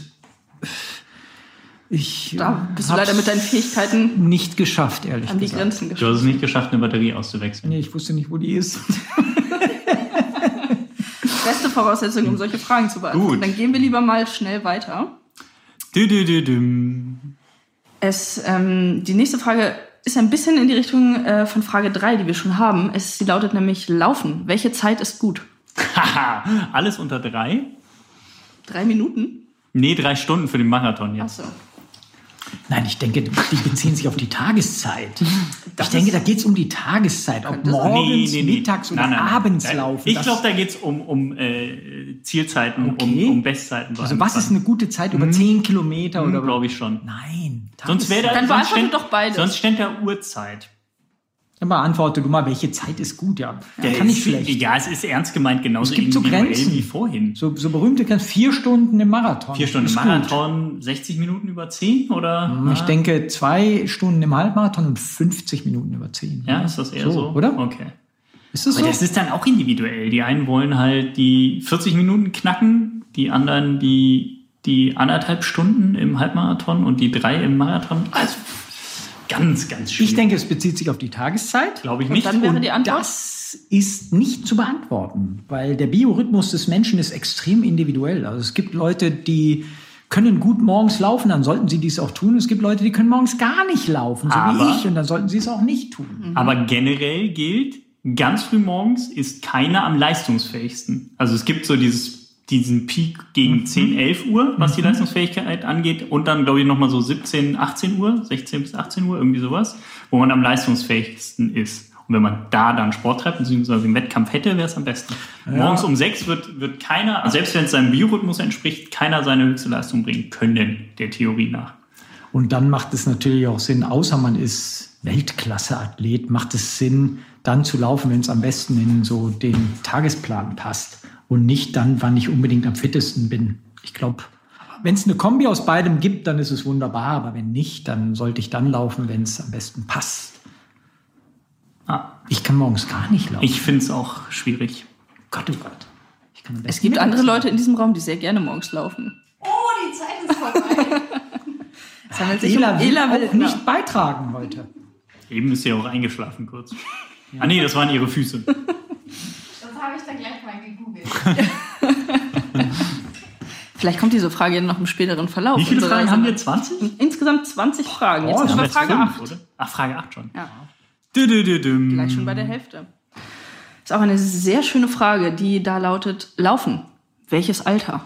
ich Da bist du hab's leider mit deinen Fähigkeiten nicht geschafft, ehrlich an die gesagt. Grenzen Du hast gestoßen. es nicht geschafft, eine Batterie auszuwechseln. Nee, ich wusste nicht, wo die ist. Beste Voraussetzung, um solche Fragen zu beantworten. Gut. Dann gehen wir lieber mal schnell weiter. Dü-dü-dü-düm. Es, ähm, die nächste Frage ist ein bisschen in die Richtung äh, von Frage drei, die wir schon haben. Es, sie lautet nämlich Laufen. Welche Zeit ist gut? Haha, alles unter drei? Drei Minuten? Nee, drei Stunden für den Marathon jetzt. Achso. Nein, ich denke, die beziehen sich auf die Tageszeit. Das ich denke, ist- da geht es um die Tageszeit. Ob Könnte sein. morgens, mittags oder Nein, nein, nein. abends Nein, laufen. Ich das- glaube, da geht es um, um äh, Zielzeiten, Okay. um, um Bestzeiten. Also was ist eine gute Zeit? Über zehn Kilometer oder Glaube ich schon. Nein. Sonst wäre da, Dann sonst beantworte ständ- doch beides. Sonst stand da Uhrzeit. Dann beantworte du mal, welche Zeit ist gut? Ja, Der kann ich ist- schlecht. Ja, es ist ernst gemeint, genauso Es gibt so individuell Grenzen. wie vorhin. So, so berühmte Grenzen. Vier Stunden im Marathon. Vier Stunden ist Marathon, sechzig Minuten über zehn, oder? Gut. Ich denke, zwei Stunden im Halbmarathon und fünfzig Minuten über zehn. Ja, ist das eher so? Oder? Okay. Ist das Aber so? das ist dann auch individuell. Die einen wollen halt die vierzig Minuten knacken, die anderen die, die anderthalb Stunden im Halbmarathon und die drei im Marathon. Also ganz, ganz schwierig. Ich denke, es bezieht sich auf die Tageszeit. Glaube ich Und nicht. dann wäre Und die Antwort? das ist nicht zu beantworten, weil der Biorhythmus des Menschen ist extrem individuell. Also es gibt Leute, die können gut morgens laufen, dann sollten sie dies auch tun. Es gibt Leute, die können morgens gar nicht laufen, so Aber- wie ich, und dann sollten sie es auch nicht tun. Aber generell gilt, ganz früh morgens ist keiner am leistungsfähigsten. Also es gibt so dieses, diesen Peak gegen zehn, elf Uhr, was die Leistungsfähigkeit angeht. Und dann, glaube ich, nochmal so siebzehn, achtzehn Uhr, sechzehn bis achtzehn Uhr, irgendwie sowas, wo man am leistungsfähigsten ist. Und wenn man da dann Sport treibt, beziehungsweise einen Wettkampf hätte, wäre es am besten. Morgens um sechs wird, wird keiner, also selbst wenn es seinem Biorhythmus entspricht, keiner seine höchste Leistung bringen können, der Theorie nach. Und dann macht es natürlich auch Sinn, außer man ist Weltklasse-Athlet, macht es Sinn, dann zu laufen, wenn es am besten in so den Tagesplan passt und nicht dann, wann ich unbedingt am fittesten bin. Ich glaube, wenn es eine Kombi aus beidem gibt, dann ist es wunderbar, aber wenn nicht, dann sollte ich dann laufen, wenn es am besten passt. Ah, Ich kann morgens gar nicht laufen. ich finde es auch schwierig. Gott, oh Gott. Ich kann am Es besten gibt mittags andere Leute in diesem Raum, die sehr gerne morgens laufen. Oh, die Zeit ist vorbei. Es handelt sich Ela um will Ela auch Wildner. nicht beitragen heute. Eben ist sie auch eingeschlafen kurz. Ah nee, das waren ihre Füße. Das habe ich dann gleich mal gegoogelt. Vielleicht kommt diese Frage noch im späteren Verlauf. Wie viele unserer Fragen haben wir? Sendung. zwanzig? Insgesamt zwanzig Fragen. Jetzt Oh, sind Haben wir wir bei jetzt Frage fünf, acht. oder? Ach, Frage acht schon. Ja, Dü, dü, dü, düm. gleich schon bei der Hälfte. Ist auch eine sehr schöne Frage, die da lautet: Laufen. Welches Alter?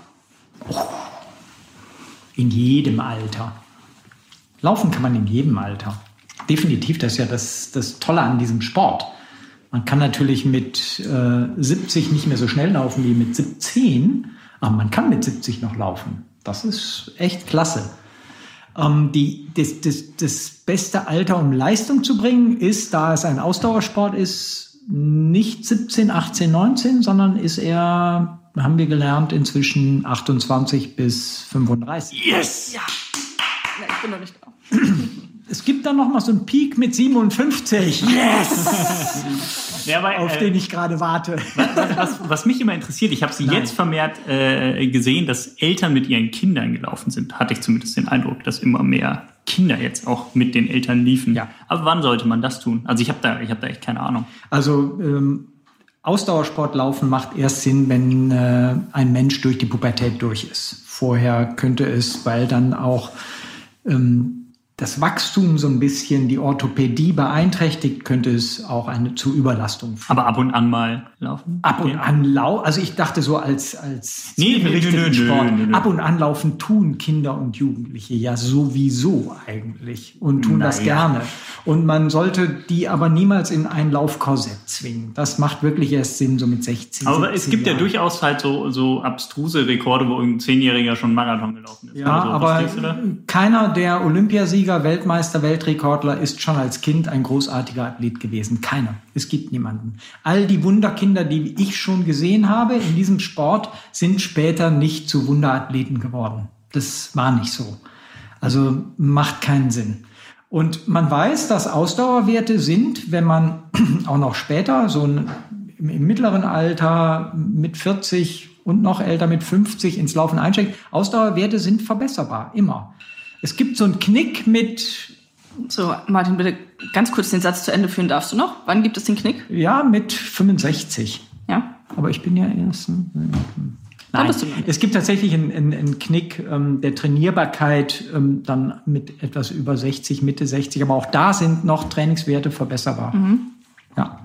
In jedem Alter. Laufen kann man in jedem Alter. Definitiv, das ist ja das, das Tolle an diesem Sport. Man kann natürlich mit äh, siebzig nicht mehr so schnell laufen wie mit siebzehn, aber man kann mit siebzig noch laufen. Das ist echt klasse. Ähm, die, das, das, das beste Alter, um Leistung zu bringen, ist, da es ein Ausdauersport ist, nicht siebzehn, achtzehn, neunzehn, sondern ist eher haben wir gelernt, inzwischen achtundzwanzig bis fünfunddreißig. Yes! Ja. ja, ich bin noch nicht da. Es gibt dann noch mal so einen Peak mit siebenundfünfzig. Yes! Ja, aber, auf äh, den ich gerade warte. Was, was, was mich immer interessiert, ich habe sie Nein. jetzt vermehrt äh, gesehen, dass Eltern mit ihren Kindern gelaufen sind. Hatte ich zumindest den Eindruck, dass immer mehr Kinder jetzt auch mit den Eltern liefen. Ja. Aber wann sollte man das tun? Also ich habe da, ich hab da echt keine Ahnung. Also ähm, Ausdauersport laufen macht erst Sinn, wenn äh, ein Mensch durch die Pubertät durch ist. Vorher könnte es, weil dann auch ähm, das Wachstum so ein bisschen die Orthopädie beeinträchtigt, könnte es auch eine zu Überlastung führen. Aber ab und an mal laufen? Ab und Ja. an laufen, also ich dachte so als, als Nee, zielgerichteten nö, nö, nö, Sport. nö, nö. Ab und an laufen tun Kinder und Jugendliche ja sowieso eigentlich und tun das Naja. gerne. Und man sollte die aber niemals in ein Laufkorsett zwingen. Das macht wirklich erst Sinn, so mit sechzehn, Aber es siebzehn gibt ja Jahren. durchaus halt so, so abstruse Rekorde, wo irgendein Zehnjähriger schon Marathon gelaufen ist. Ja, oder so. Was aber denkst du da? keiner der Olympiasieger, Weltmeister, Weltrekordler ist schon als Kind ein großartiger Athlet gewesen. Keiner. Es gibt niemanden. All die Wunderkinder, die ich schon gesehen habe in diesem Sport, sind später nicht zu Wunderathleten geworden. Das war nicht so. Also macht keinen Sinn. Und man weiß, dass Ausdauerwerte sind, wenn man auch noch später, so ein, im, im mittleren Alter mit vierzig und noch älter mit fünfzig ins Laufen einsteigt, Ausdauerwerte sind verbesserbar, immer. Es gibt so einen Knick mit, So, Martin, bitte ganz kurz den Satz zu Ende führen darfst du noch? Wann gibt es den Knick? ja, mit fünfundsechzig. Ja? Aber ich bin ja erst... Da Nein, bist du noch nicht. es gibt tatsächlich einen, einen, einen Knick ähm, der Trainierbarkeit ähm, dann mit etwas über sechzig, Mitte sechzig. Aber auch da sind noch Trainingswerte verbesserbar. Mhm. Ja.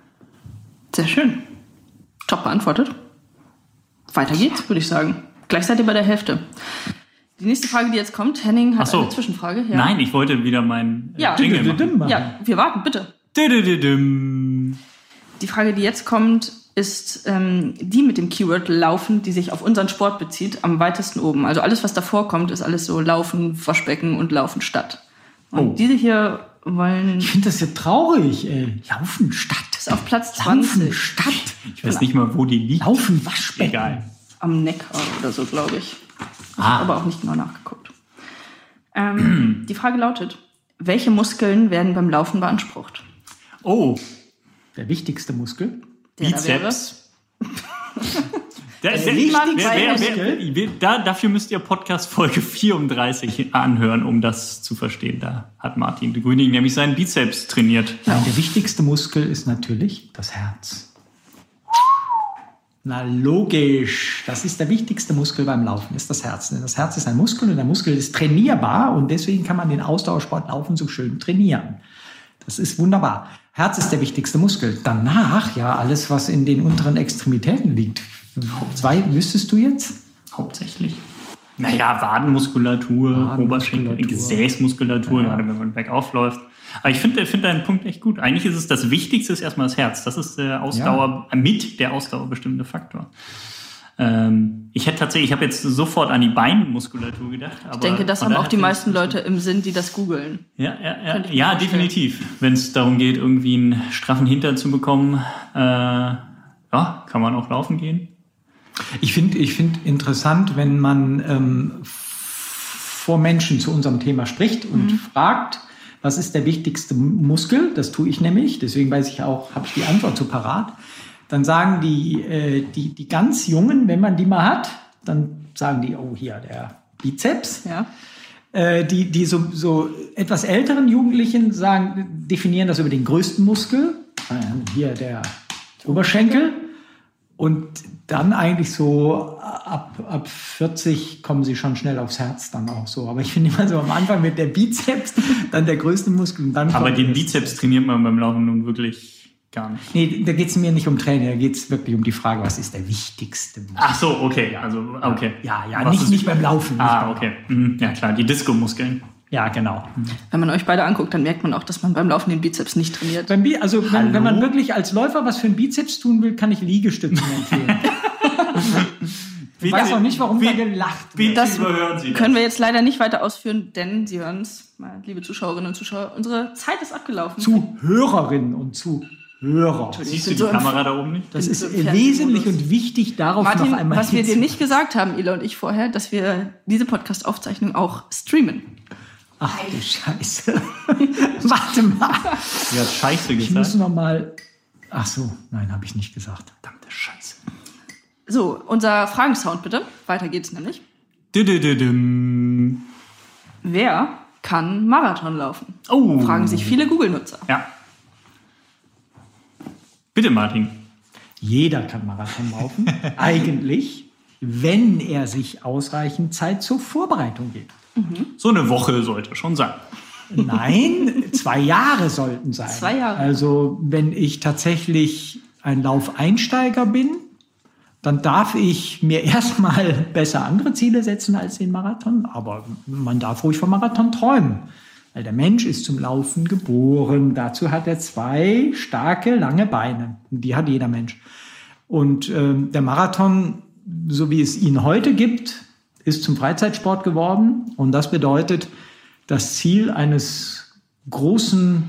Sehr schön. Top beantwortet. Weiter geht's, würde ich sagen. Gleich seid ihr bei der Hälfte. Die nächste Frage, die jetzt kommt, Henning hat Ach so. eine Zwischenfrage. Ja. Nein, ich wollte wieder mein äh, Ja. Jingle machen. Ja, wir warten, bitte. Dü-dü-dü-düm. Die Frage, die jetzt kommt, ist ähm, die mit dem Keyword Laufen, die sich auf unseren Sport bezieht, am weitesten oben. Also alles, was davor kommt, ist alles so Laufen, Waschbecken und Laufen statt. Und Oh. diese hier wollen... Ich finde das ja traurig, ey. Laufen Stadt. ist auf Platz Laufen zwanzig. Stadt. Ich weiß nicht mal, wo die liegt. Laufen Waschbecken. Egal. Am Neckar oder so, glaube ich. Ah. Aber auch nicht genau nachgeguckt. Ähm, die Frage lautet, welche Muskeln werden beim Laufen beansprucht? Oh, Der wichtigste Muskel. Der da wäre- Bizeps. Der, Der der, wichtigste wer, wer, Muskel? wer, wer, da, dafür müsst ihr Podcast Folge vierunddreißig anhören, um das zu verstehen. Da hat Martin de Grüning nämlich seinen Bizeps trainiert. Nein, der wichtigste Muskel ist natürlich das Herz. Na logisch, das ist der wichtigste Muskel beim Laufen, ist das Herz. Denn das Herz ist ein Muskel und der Muskel ist trainierbar und deswegen kann man den Ausdauersport Laufen so schön trainieren. Das ist wunderbar. Herz ist der wichtigste Muskel. Danach ja alles, was in den unteren Extremitäten liegt. Zwei wüsstest du jetzt? Hauptsächlich. Naja, Wadenmuskulatur, Wadenmuskulatur. Oberschenkel, Gesäßmuskulatur, Ja. gerade wenn man bergauf läuft. Aber ich finde find deinen Punkt echt gut. Eigentlich ist es das Wichtigste ist erstmal das Herz. Das ist der Ausdauer, äh, mit der Ausdauer bestimmende Faktor. Ähm, ich hätte tatsächlich, ich habe jetzt sofort an die Beinmuskulatur gedacht. Aber Ich denke, das von haben daher auch die finde ich meisten das Leute im Sinn, die das googeln. Ja, ja, ja, Könnte ich mir ja vorstellen. definitiv. Wenn es darum geht, irgendwie einen straffen Hintern zu bekommen, äh, ja, kann man auch laufen gehen. Ich finde ich find interessant, wenn man ähm, vor Menschen zu unserem Thema spricht und Mhm. fragt, was ist der wichtigste Muskel? Das tue ich nämlich, deswegen weiß ich auch, habe ich die Antwort so parat. Dann sagen die, äh, die, die ganz Jungen, wenn man die mal hat, dann sagen die, oh hier, der Bizeps. Ja. Äh, die die so, so etwas älteren Jugendlichen sagen, definieren das über den größten Muskel, äh, hier der Oberschenkel. Und dann eigentlich so ab, ab vierzig kommen sie schon schnell aufs Herz dann auch so. Aber ich finde immer so am Anfang mit der Bizeps, dann der größte Muskel. Und dann Aber kommt den das- Bizeps trainiert man beim Laufen nun wirklich gar nicht. Nee, da geht es mir nicht um Training, da geht es wirklich um die Frage, was ist der wichtigste Muskel? Ach so, okay. Also, okay. Ja, ja, Was nicht, ist- nicht beim Laufen. Nicht Ah, beim okay. Mhm, ja, klar, die Disco-Muskeln. Ja, genau. Wenn man euch beide angucgt, dann merkt man auch, dass man beim Laufen den Bizeps nicht trainiert. Beim Bi also wenn, Hallo? wenn man wirklich als Läufer was für einen Bizeps tun will, kann ich Liegestützen empfehlen. Ich weiß auch nicht, warum da gelacht wird. Bitte Das überhören Sie das. können wir jetzt leider nicht weiter ausführen, denn Sie hören es, liebe Zuschauerinnen und Zuschauer, unsere Zeit ist abgelaufen. Zu Hörerinnen und zu Hörer. Siehst du die Kamera da oben nicht? Das ist so im wesentlich Fernsehmodus. und wichtig, darauf Martin, noch einmal was wir dir hinzu- nicht gesagt haben, Ela und ich vorher, dass wir diese Podcast-Aufzeichnung auch streamen. Ach du Scheiße. Warte mal. Sie hat Scheiße Ich muss gesagt. noch mal... Ach so, nein, habe ich nicht gesagt. Verdammte Scheiße. So, unser Fragensound bitte. Weiter geht's nämlich. Dü-dü-dü-düm. Wer kann Marathon laufen? Oh. Fragen sich viele Google-Nutzer. Ja. Bitte, Martin. Jeder kann Marathon laufen. Eigentlich, wenn er sich ausreichend Zeit zur Vorbereitung gibt. So eine Woche sollte schon sein. Nein, zwei Jahre sollten sein. Zwei Jahre. Also wenn ich tatsächlich ein Laufeinsteiger bin, dann darf ich mir erstmal besser andere Ziele setzen als den Marathon. Aber man darf ruhig vom Marathon träumen. Weil der Mensch ist zum Laufen geboren. Dazu hat er zwei starke, lange Beine. Die hat jeder Mensch. Und ähm, der Marathon, so wie es ihn heute gibt, ist zum Freizeitsport geworden. Und das bedeutet, das Ziel eines großen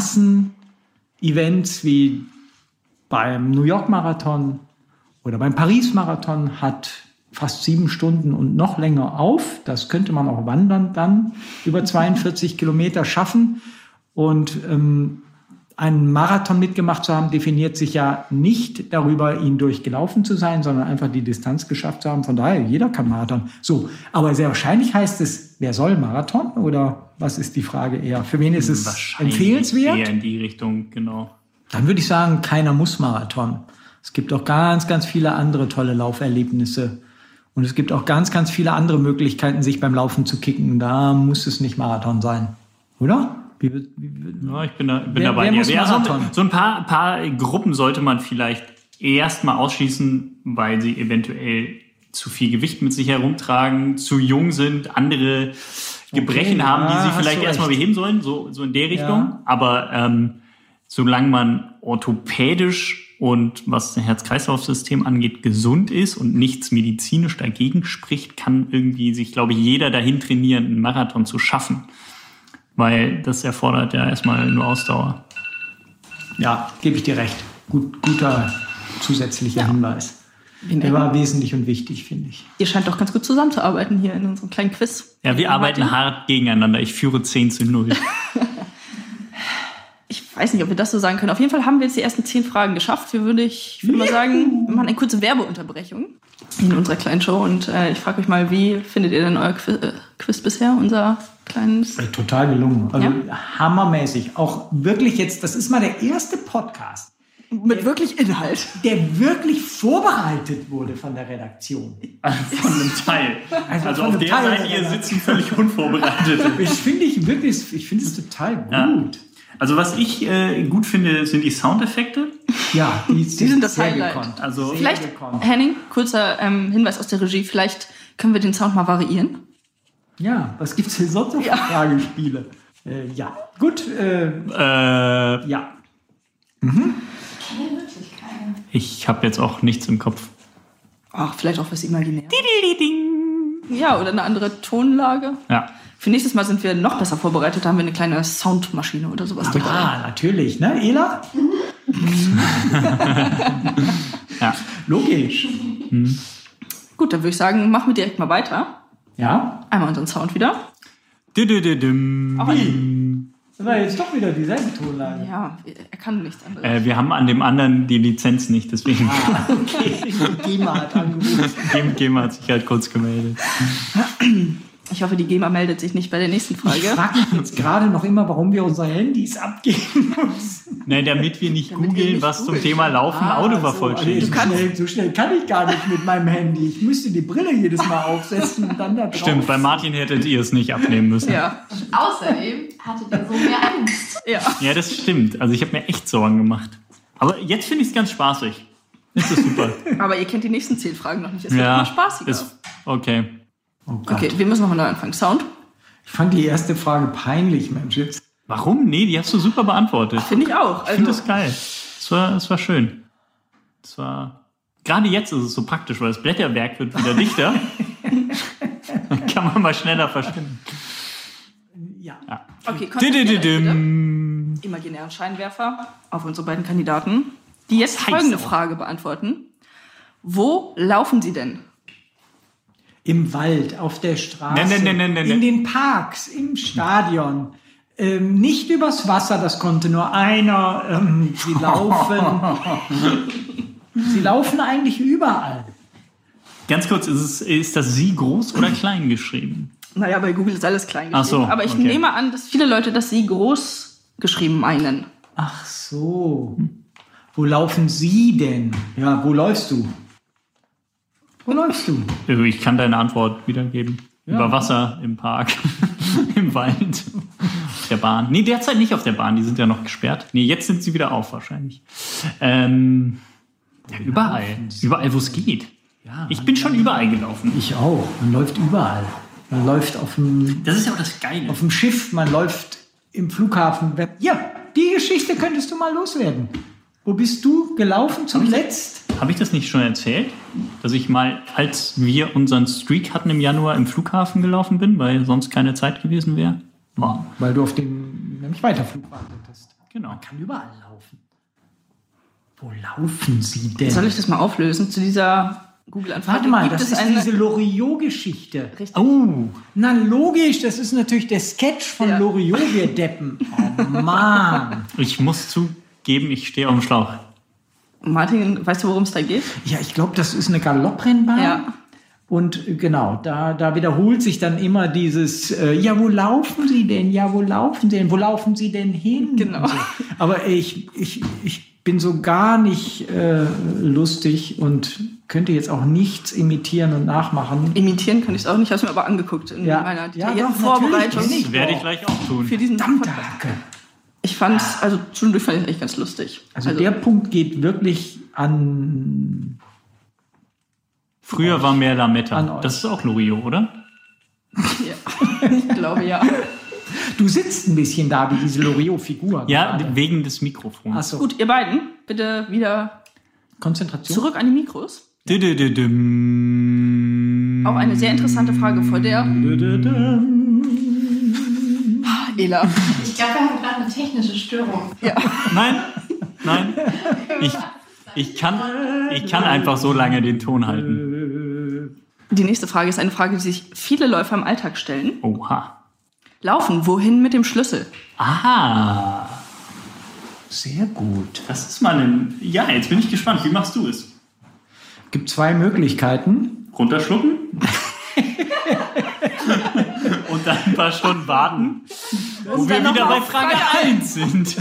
Massenevents wie beim New York Marathon oder beim Paris Marathon hat fast sieben Stunden und noch länger auf. Das könnte man auch wandern dann über zweiundvierzig Kilometer schaffen. Und ähm, einen Marathon mitgemacht zu haben, definiert sich ja nicht darüber, ihn durchgelaufen zu sein, sondern einfach die Distanz geschafft zu haben. Von daher, jeder kann Marathon. So, aber sehr wahrscheinlich heißt es, wer soll Marathon? Oder was ist die Frage eher? Für wen ist es empfehlenswert? Eher in die Richtung, genau. Dann würde ich sagen, keiner muss Marathon. Es gibt auch ganz, ganz viele andere tolle Lauferlebnisse. Und es gibt auch ganz, ganz viele andere Möglichkeiten, sich beim Laufen zu kicken. Da muss es nicht Marathon sein. Oder? Wie, wie, wie, Ja, ich bin, da, bin Wer- dabei. wer muss Ja, so, Marathon? so ein paar, paar Gruppen sollte man vielleicht erstmal ausschließen, weil sie eventuell zu viel Gewicht mit sich herumtragen, zu jung sind, andere Gebrechen Okay, haben, ja, die sie hast vielleicht du erstmal recht. beheben sollen, so, so in der Richtung. Ja. Aber ähm, solange man orthopädisch und was das Herz-Kreislauf-System angeht, gesund ist und nichts medizinisch dagegen spricht, kann irgendwie sich, glaube ich, jeder dahin trainieren, einen Marathon zu schaffen. Weil das erfordert ja erstmal nur Ausdauer. Ja, gebe ich dir recht. Gut, guter zusätzlicher Ja. Hinweis. Wir Der merken, war wesentlich und wichtig, finde ich. ihr scheint doch ganz gut zusammenzuarbeiten hier in unserem kleinen Quiz. Ja, wir arbeiten Martin? hart gegeneinander. Ich führe zehn zu null. Ich weiß nicht, ob wir das so sagen können. Auf jeden Fall haben wir jetzt die ersten zehn Fragen geschafft. Wir würde ich, ich würde mal sagen, wir machen eine kurze Werbeunterbrechung in unserer kleinen Show. Und äh, ich frage euch mal, wie findet ihr denn euer Quiz, äh, Quiz bisher? Unser kleines... Ey, total gelungen. Also Ja. hammermäßig. Auch wirklich jetzt, das ist mal der erste Podcast, Mit wirklich Inhalt. der wirklich vorbereitet wurde von der Redaktion. Von einem Teil. Also Also, von auf einem der Teil Seite, ihr sogar. sitzen völlig unvorbereitet. Das finde ich wirklich, ich finde es total gut. Ja. Also was ich äh, gut finde, sind die Soundeffekte. Ja, die, die sind das sehr Highlight. gekonnt. Also- Sehr Vielleicht, gekonnt. Henning, kurzer ähm, Hinweis aus der Regie. Vielleicht können wir den Sound mal variieren. Ja, was gibt es hier sonst noch für Ja. Fragespiele? Äh, ja, gut. Äh, Äh, ja, ich habe jetzt auch nichts im Kopf. Ach, vielleicht auch was imaginär. Ja, oder eine andere Tonlage. Ja. Für nächstes Mal sind wir noch besser vorbereitet. Da haben wir eine kleine Soundmaschine oder sowas dabei. ja, natürlich, ne, Ela? Ja. Logisch. Gut, dann würde ich sagen, machen wir direkt mal weiter. Ja, Einmal unseren Sound wieder. Dü-dü-dü-düm. Aber das war jetzt doch wieder dieselbe Tonlage. ja, er kann nichts anderes. Äh, wir haben an dem anderen die Lizenz nicht, deswegen Okay, die GEMA hat angerufen. Gem- GEMA hat sich halt kurz gemeldet. Ich hoffe, die GEMA meldet sich nicht bei der nächsten Ich Frage. frage mich jetzt gerade noch immer, warum wir unsere Handys abgeben müssen. Nein, damit wir nicht Damit wir googeln, nicht was zum googeln. Thema Laufen Ah, Auto so, vervollständigen. also so, schnell, so schnell kann ich gar nicht mit meinem Handy. Ich müsste die Brille jedes Mal aufsetzen und dann da drauf. Stimmt, bei Martin hättet ihr es nicht abnehmen müssen. Ja, Außerdem hattet ihr so mehr Angst. ja. Ja, das stimmt. Also ich habe mir echt Sorgen gemacht. Aber jetzt finde ich es ganz spaßig. Das ist super. Aber ihr kennt die nächsten zehn Fragen noch nicht. Es wird Ja, immer spaßiger. ist okay. Oh Gott. Okay, wir müssen nochmal neu anfangen. Sound? Ich fand die erste Frage peinlich, Mensch. Jetzt. Warum? Nee, die hast du super beantwortet. Finde ich auch. Ich finde Also, das geil. Es war, es war schön. Es war. Gerade jetzt ist es so praktisch, weil das Blätterwerk wird wieder dichter. Dann kann man mal schneller verschwinden. Ja. okay, konzentriert euch bitte. Didididim. imaginären Scheinwerfer auf unsere beiden Kandidaten, die jetzt Das heißt folgende auch. Frage beantworten. Wo laufen sie denn? Im Wald, auf der Straße, Nein, nein, nein, nein, nein, in nein. den Parks, im Stadion. Ähm, nicht übers Wasser, das konnte nur einer. Ähm, sie laufen. Sie laufen eigentlich überall. Ganz kurz, ist, es, ist das Sie groß oder klein geschrieben? Naja, bei Google ist alles klein geschrieben. Ach so, Aber ich okay. nehme an, dass viele Leute das sie groß geschrieben meinen. Ach so. Wo laufen Sie denn? Ja, wo läufst du? Wo läufst du? Also ich kann deine Antwort wiedergeben. Ja. Über Wasser, im Park, im Wald, auf der Bahn. Nee, derzeit nicht auf der Bahn, die sind ja noch gesperrt. Nee, jetzt sind sie wieder auf wahrscheinlich. Ähm, ja, überall. Überall, wo es geht. Ja, Ich bin schon überall gelaufen. Ich auch. Man läuft überall. Man läuft auf dem, Das ist ja auch das Geile. auf dem Schiff, man läuft im Flughafen. Ja, die Geschichte könntest du mal loswerden. Wo bist du gelaufen zuletzt? Habe ich das nicht schon erzählt? Dass ich mal, als wir unseren Streak hatten im Januar, im Flughafen gelaufen bin, weil sonst keine Zeit gewesen wäre? Boah. Weil du auf den nämlich Weiterflug wartetest. Genau. Man kann überall laufen. Wo laufen sie denn? Soll ich das mal auflösen zu dieser Google-Anfrage? Warte mal, Gibt das es ist eine- diese Loriot-Geschichte. Richtig. Oh, Na logisch, das ist natürlich der Sketch von Ja. Loriot, wir Deppen. Oh Mann. ich muss zugeben, ich stehe auf dem Schlauch. Martin, weißt du, worum es da geht? Ja, ich glaube, das ist eine Galopprennbahn. Ja. Und äh, genau, da, da wiederholt sich dann immer dieses, äh, ja, wo laufen Sie denn? Ja, wo laufen Sie denn? Wo laufen Sie denn hin? Genau. Und so. Aber ich, ich, ich bin so gar nicht äh, lustig und könnte jetzt auch nichts imitieren und nachmachen. Imitieren kann ich es auch nicht, habe es mir aber angeguckt in Ja. meiner Ja, detaillierten doch, natürlich, Vorbereitung kenn ich. Das werde ich gleich auch tun. für diesen Verdammte Podcast. Hacke. Ich fand es, also zwischendurch fand ich es echt ganz lustig. Also, der Punkt geht wirklich an. Früher war mehr An Lametta. euch. Das ist auch Loriot, oder? ja. Ich glaube, ja. Du sitzt ein bisschen da wie diese Loriot-Figur. Ja, gerade. wegen des Mikrofons. Achso, Gut, ihr beiden, bitte wieder Konzentration. zurück an die Mikros. Dü-dü-dü-düm. Auch eine sehr interessante Frage, vor der Ela. Ich glaube, wir haben gerade eine technische Störung. Nein, nein. Ich, ich, kann, ich kann einfach so lange den Ton halten. Die nächste Frage ist eine Frage, die sich viele Läufer im Alltag stellen. Oha. Laufen, wohin mit dem Schlüssel? Aha. Sehr gut. Das ist mal ein... Ja, jetzt bin ich gespannt. Wie machst du es? Gibt zwei Möglichkeiten. Runterschlucken? Und dann ein paar Stunden warten, wo wir dann wieder noch bei auf Frage Frage eins sind.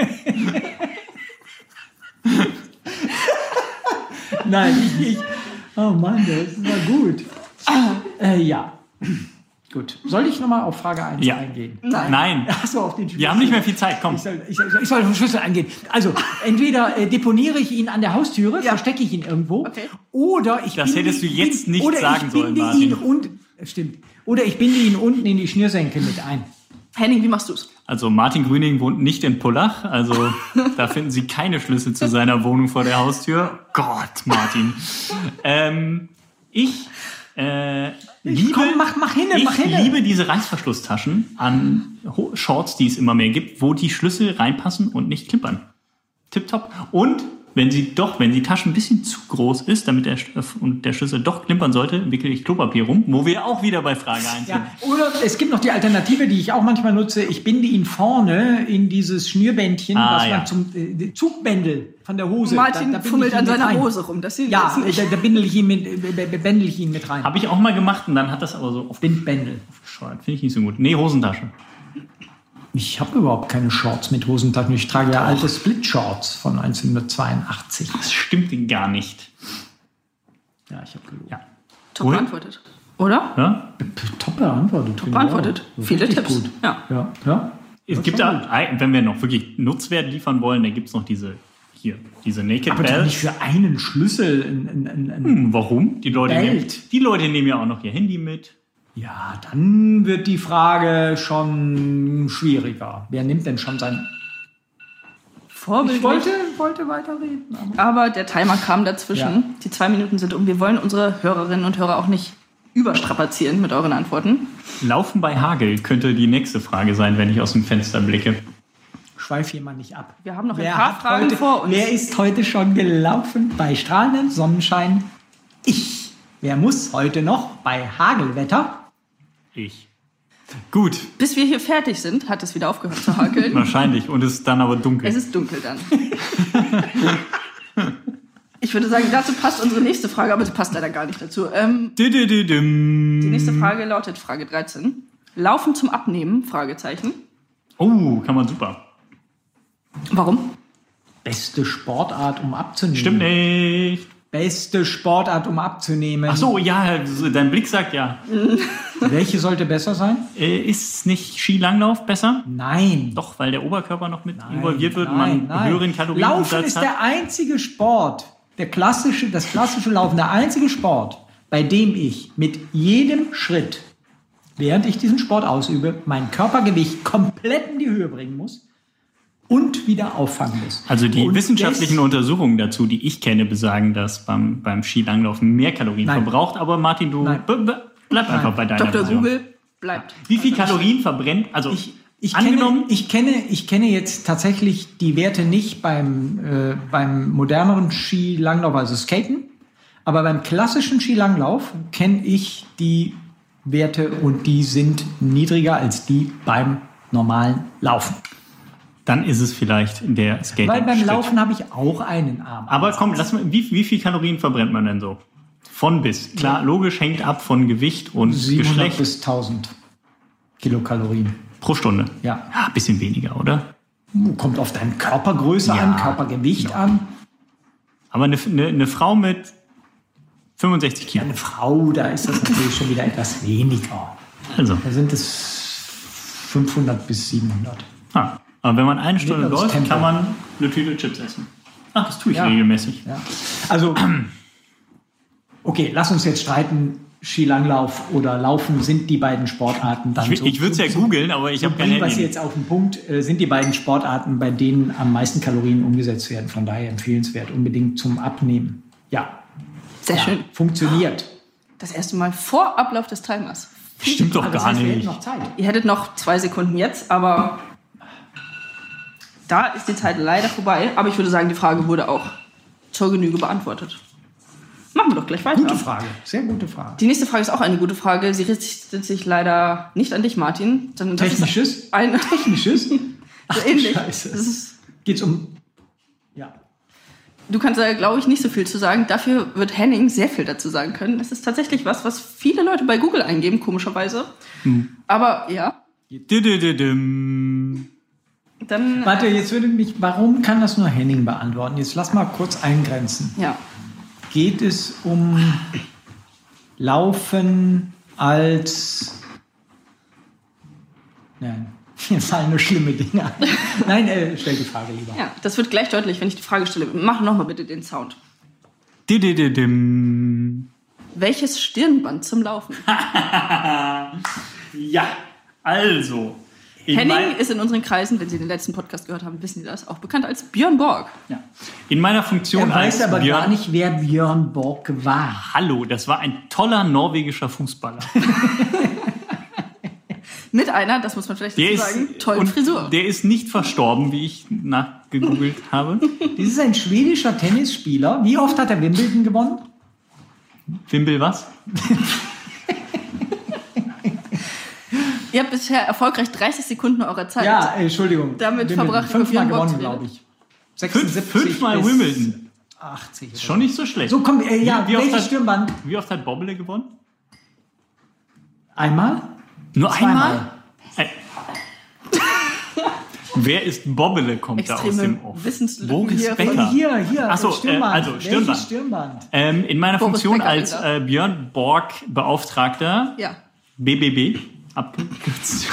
Nein, ich, ich. Oh Mann, das war gut. Äh, ja. Gut. Soll ich nochmal auf Frage eins Ja. eingehen? Nein. Achso, auf den Schlüssel. Wir haben nicht mehr viel Zeit. Komm. Ich soll, ich, soll, ich soll auf den Schlüssel eingehen. Also, entweder äh, deponiere ich ihn an der Haustüre, Ja. verstecke ich ihn irgendwo, Okay. oder ich Das binde hättest du ihn- jetzt nicht oder sagen ich sollen, binde Martin. ihn und, äh, stimmt. Oder ich binde ihn unten in die Schnürsenkel mit ein. Henning, wie machst du es? Also Martin Grüning wohnt nicht in Pullach, also da finden Sie keine Schlüssel zu seiner Wohnung vor der Haustür. Gott, Martin. ähm, ich äh, liebe, Komm, mach- mach hinne, ich mach hinne. liebe diese Reißverschlusstaschen an Ho- Shorts, die es immer mehr gibt, wo die Schlüssel reinpassen und nicht klippern. Tipptopp. Und wenn sie doch, wenn die Tasche ein bisschen zu groß ist, damit der, Sch- und der Schlüssel doch klimpern sollte, wickle ich Klopapier rum, wo wir auch wieder bei Frage eins sind. Ja, oder es gibt noch die Alternative, die ich auch manchmal nutze. Ich binde ihn vorne in dieses Schnürbändchen, Ah, was ja. man zum äh, Zugbändel von der Hose. Martin binde fummelt ich ihn an mit seiner rein. Hose rum. Das sehen wir Ja, jetzt nicht. da, da bindel ich ihn mit, äh, b- bändel ich ihn mit rein. Habe ich auch mal gemacht und dann hat das aber so auf Bindbändel. Scheuert. Finde ich nicht so gut. Nee, Hosentasche. Ich habe überhaupt keine Shorts mit Hosentaschen. Ich trage ja alte Split-Shorts von neunzehnhundertzweiundachtzig. Das stimmt gar nicht. Ja, ich habe gelogen. Ja. Top Cool. beantwortet. Oder? Ja? P- Top beantwortet. Top beantwortet. Viele Tipps. Gut. Ja. Ja, ja. Es Das gibt war da, gut. wenn wir noch wirklich Nutzwert liefern wollen, dann gibt es noch diese, hier, diese Naked Aber doch Bell. nicht für einen Schlüssel. Ein, ein, ein, ein Hm, warum? Die Leute, Welt. nehmen, die Leute nehmen ja auch noch ihr Handy mit. Ja, dann wird die Frage schon schwieriger. Wer nimmt denn schon sein... Vorbildlich. Ich wollte, wollte weiterreden. Aber Aber der Timer kam dazwischen. Ja. Die zwei Minuten sind um. Wir wollen unsere Hörerinnen und Hörer auch nicht überstrapazieren mit euren Antworten. Laufen bei Hagel könnte die nächste Frage sein, wenn ich aus dem Fenster blicke. schweif hier mal nicht ab. Wir haben noch ein Wer paar hat Fragen heute, vor uns. Wer ist heute schon gelaufen bei strahlendem Sonnenschein? Ich. Wer muss heute noch bei Hagelwetter? Ich. Gut, Bis wir hier fertig sind, hat es wieder aufgehört zu hakeln. wahrscheinlich. Und es ist dann aber dunkel. Es ist dunkel dann. Ich würde sagen, dazu passt unsere nächste Frage, aber sie passt leider gar nicht dazu. Ähm, die Die nächste Frage lautet, Frage dreizehn. Laufen zum Abnehmen? Fragezeichen. Oh, kann man super. Warum? Beste Sportart, um abzunehmen. Stimmt nicht. Beste Sportart, um abzunehmen. Ach so, ja, dein Blick sagt ja. Welche sollte besser sein? Äh, ist nicht Skilanglauf besser? Nein. Doch, weil der Oberkörper noch mit Nein, involviert wird und nein, man nein. höheren Laufen Kalorienumsatz ist hat. der einzige Sport, der klassische, das klassische Laufen, der einzige Sport, bei dem ich mit jedem Schritt, während ich diesen Sport ausübe, mein Körpergewicht komplett in die Höhe bringen muss und wieder auffangen muss. Also die Und wissenschaftlichen des- Untersuchungen dazu, die ich kenne, besagen, dass beim, beim Skilanglaufen mehr Kalorien Nein. verbraucht. Aber Martin, du Nein. b- b- bleib Nein. einfach bei deiner Doktor Version. Google bleibt. Wie viel Kalorien verbrennt? Also Ich, ich, angenommen, kenne, ich, kenne, ich kenne jetzt tatsächlich die Werte nicht beim, äh, beim moderneren Skilanglauf, also Skaten, aber beim klassischen Skilanglauf kenne ich die Werte und die sind niedriger als die beim normalen Laufen. dann ist es vielleicht der Skating. Weil beim Laufen habe ich auch einen Arm. Aber komm, lass mal, wie, wie viel Kalorien verbrennt man denn so? Von bis. Klar, logisch, hängt ab von Gewicht und siebenhundert Geschlecht bis tausend Kilokalorien. pro Stunde. Ja. Ja, ein bisschen weniger, oder? Kommt auf deine Körpergröße Ja. an, Körpergewicht an. Aber eine, eine, eine Frau mit fünfundsechzig Kilo. Eine Frau, da ist das natürlich schon wieder etwas weniger. Also, Da sind es fünfhundert bis siebenhundert. ah, aber wenn man eine Stunde Mittleres läuft, Tempo. kann man eine Tüte Chips essen. Ach, das tue ich Ja. regelmäßig. Ja. Also, okay, lass uns jetzt streiten. Skilanglauf oder Laufen sind die beiden Sportarten dann Ich, so. ich würde es ja so, googeln, aber ich so habe keine bringen wir sie Handy. jetzt auf den Punkt, äh, sind die beiden Sportarten, bei denen am meisten Kalorien umgesetzt werden. Von daher empfehlenswert, unbedingt zum Abnehmen. Ja, Sehr ja, schön. funktioniert. Das erste Mal vor Ablauf des Timers. Stimmt doch Aber das gar heißt, wir hätten nicht. noch Zeit. Ihr hättet noch zwei Sekunden jetzt, aber da ist die Zeit leider vorbei. Aber ich würde sagen, die Frage wurde auch zur Genüge beantwortet. Machen wir doch gleich weiter. Gute Frage, sehr gute Frage. Die nächste Frage ist auch eine gute Frage. Sie richtet sich leider nicht an dich, Martin. Sondern das Technisches? Ist ein, Technisches? so ähnlich. Scheiße. Das ist, Geht's um... Ja. du kannst da, glaube ich, nicht so viel zu sagen. Dafür wird Henning sehr viel dazu sagen können. Es ist tatsächlich was, was viele Leute bei Google eingeben, komischerweise. Aber ja, Dü-dü-dü-düm. dann... Warte, äh, jetzt würde mich... Warum kann das nur Henning beantworten? Jetzt lass mal kurz eingrenzen. Ja. Geht es um Laufen als... Nein, mir fallen nur schlimme Dinge ein. Nein, äh, stell die Frage lieber. Ja, das wird gleich deutlich, wenn ich die Frage stelle. Mach nochmal bitte den Sound. Dü-dü-dü-düm. Welches Stirnband zum Laufen? Ja, also. In, Henning mein, ist in unseren Kreisen, wenn Sie den letzten Podcast gehört haben, wissen Sie das, auch bekannt als Björn Borg. ja. in meiner Funktion Er weiß als aber Björn, gar nicht, wer Björn Borg war. Hallo, das war ein toller norwegischer Fußballer. Mit einer, das muss man vielleicht Der dazu ist, sagen, tollen und Frisur. Der ist nicht verstorben, wie ich nachgegoogelt habe. Das ist ein schwedischer Tennisspieler. Wie oft hat er Wimbledon gewonnen? Wimbel was? Ihr habt bisher erfolgreich dreißig Sekunden eurer Zeit. Ja, äh, Entschuldigung. Damit Wimbledon. verbracht Fünfmal Björn Borg gewonnen, zu glaube reden. ich. Fünf, sechsundsiebzig fünfmal bis Wimbledon. achtzig. Schon nicht so schlecht. So, komm, äh, ja, Wie- wie oft welches hat- Stirnband? Wie oft hat Bobbele gewonnen? Einmal? Nur Zweimal. einmal? Äh. Wer ist Bobbele, kommt da aus Extreme dem Off. Wissenslücken Boris hier. Becker. Hier, hier, Ach so, äh, Stirnband. äh, also Stirnband. Welches Stirnband? Ähm, in meiner Boris Funktion Becker, als Alter. äh, Björn Borg Beauftragter, Ja. B B B, abgekürzt,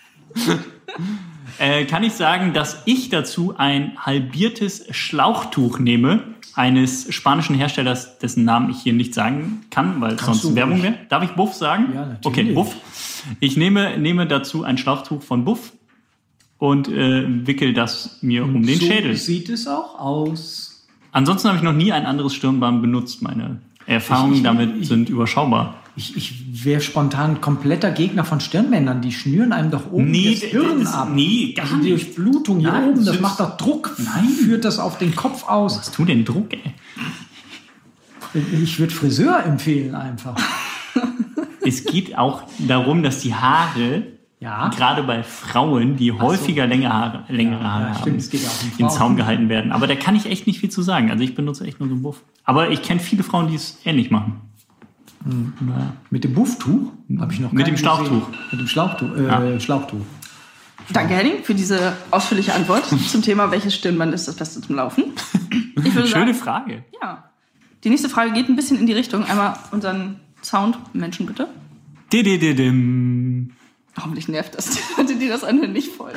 äh, kann ich sagen, dass ich dazu ein halbiertes Schlauchtuch nehme, eines spanischen Herstellers, dessen Namen ich hier nicht sagen kann, weil sonst du Werbung ruhig. wäre. Darf ich Buff sagen? Ja, natürlich. Okay, Buff. Ich nehme, nehme dazu ein Schlauchtuch von Buff und äh, wickel das mir um den so Schädel. sieht es auch aus. Ansonsten habe ich noch nie ein anderes Stirnband benutzt. Meine Erfahrungen Ich- ich- damit ich- sind überschaubar. Ich, ich wäre spontan kompletter Gegner von Stirnbändern. Die schnüren einem doch oben Nee, das Hirn das- ab. nee, gar also die nicht. Durchblutung hier Nein, oben, das das- macht doch Druck. Nein. Führt das auf den Kopf aus. Was tu denn Druck, ey? Ich würde Friseur empfehlen einfach. Es geht auch darum, dass die Haare, Ja. gerade bei Frauen, die häufiger längere Haare, längere Haare ja, haben, stimmt, es geht ja auch um in Frauen. Zaum gehalten werden. Aber da kann ich echt nicht viel zu sagen. Also ich benutze echt nur so einen Buff. Aber ich kenne viele Frauen, die es ähnlich machen. Mit dem Bufftuch habe ich noch Mit keinen dem Schlauchtuch. gesehen. Mit dem Schlauchtuch. Äh, Ja. Schlauchtuch. Danke, Henning, für diese ausführliche Antwort zum Thema, welches Stirnband ist das Beste zum Laufen. Ich würde Schöne sagen, Frage. ja. Die nächste Frage geht ein bisschen in die Richtung. Einmal unseren Sound, Menschen bitte. Didididim. Hoffentlich nervt das die Leute, die das anhören, nicht voll.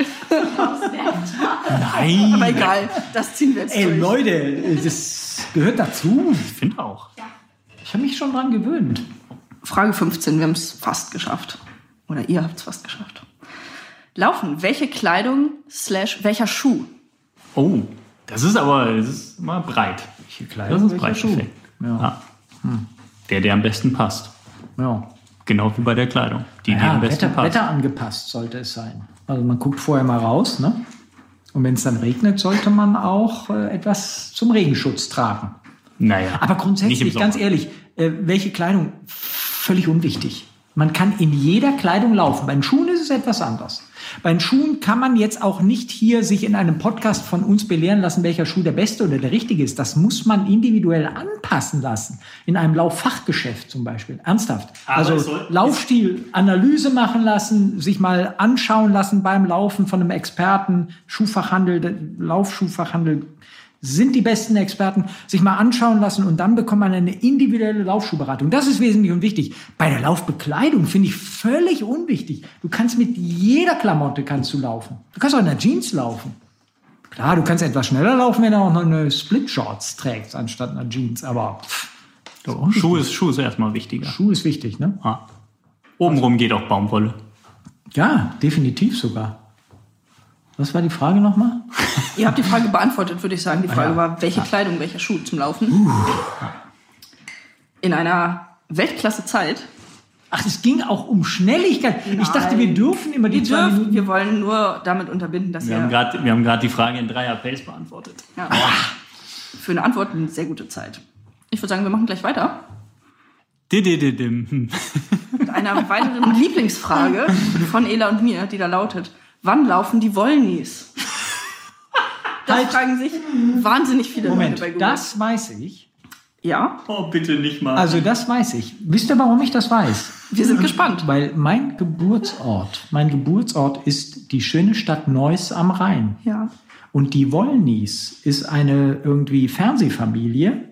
Nein. Aber egal, das ziehen wir jetzt Ey, durch. Leute, das gehört dazu. Ich finde auch. Ich habe mich schon dran gewöhnt. Frage fünfzehn, wir haben es fast geschafft. Oder ihr habt es fast geschafft. Laufen, welche Kleidung slash welcher Schuh? Oh, das ist aber das ist mal breit. Welche Das Kleidung, ist welcher breit. Schuh? Perfekt. Ja. Ja. Der, der am besten passt. Ja. Genau wie bei der Kleidung. Die, die Ja, am besten Wetter, passt. Wetter angepasst sollte es sein. Also man guckt vorher mal raus, ne? Und wenn es dann regnet, sollte man auch äh, etwas zum Regenschutz tragen. Naja. Aber nicht im grundsätzlich, Sommer. ganz ehrlich, äh, welche Kleidung? Völlig unwichtig. Man kann in jeder Kleidung laufen. Bei den Schuhen ist es etwas anders. Bei den Schuhen kann man jetzt auch nicht hier sich in einem Podcast von uns belehren lassen, welcher Schuh der beste oder der richtige ist. Das muss man individuell anpassen lassen. In einem Lauffachgeschäft zum Beispiel. Ernsthaft. Aber also es soll- Laufstil, Analyse machen lassen, sich mal anschauen lassen beim Laufen von einem Experten, Schuhfachhandel, der Laufschuhfachhandel sind die besten Experten, sich mal anschauen lassen und dann bekommt man eine individuelle Laufschuhberatung. Das ist wesentlich und wichtig. Bei der Laufbekleidung finde ich völlig unwichtig. Du kannst mit jeder Klamotte kannst du laufen. Du kannst auch in der Jeans laufen. Klar, du kannst etwas schneller laufen, wenn du auch noch eine Split-Shorts trägst, anstatt einer Jeans. Aber pff, So, Schuh, ist, Schuh ist erstmal wichtiger. Schuh ist wichtig, ne? Ja. Obenrum geht auch Baumwolle. Ja, definitiv sogar. Was war die Frage nochmal? Ihr habt die Frage beantwortet, würde ich sagen. Die Frage ja. war, welche Kleidung, welcher Schuh zum Laufen? In einer Weltklasse-Zeit. Ach, es ging auch um Schnelligkeit. Ich dachte, wir dürfen immer die Wir zwei dürfen, Minuten. wir wollen nur damit unterbinden, dass Wir haben ihr gerade wir haben gerade die Frage in Dreier-Pace beantwortet. ja, für eine Antwort eine sehr gute Zeit. Ich würde sagen, wir machen gleich weiter Didididim. Hm. mit einer weiteren Lieblingsfrage von Ela und mir, die da lautet: Wann laufen die Wollnies? Das Halt. fragen sich wahnsinnig viele Moment, Leute bei Google. das weiß ich. Ja, Oh, bitte nicht mal. Also das weiß ich. Wisst ihr, warum ich das weiß? wir sind gespannt. Weil mein Geburtsort, mein Geburtsort ist die schöne Stadt Neuss am Rhein. Ja. Und die Wollnies ist eine irgendwie Fernsehfamilie,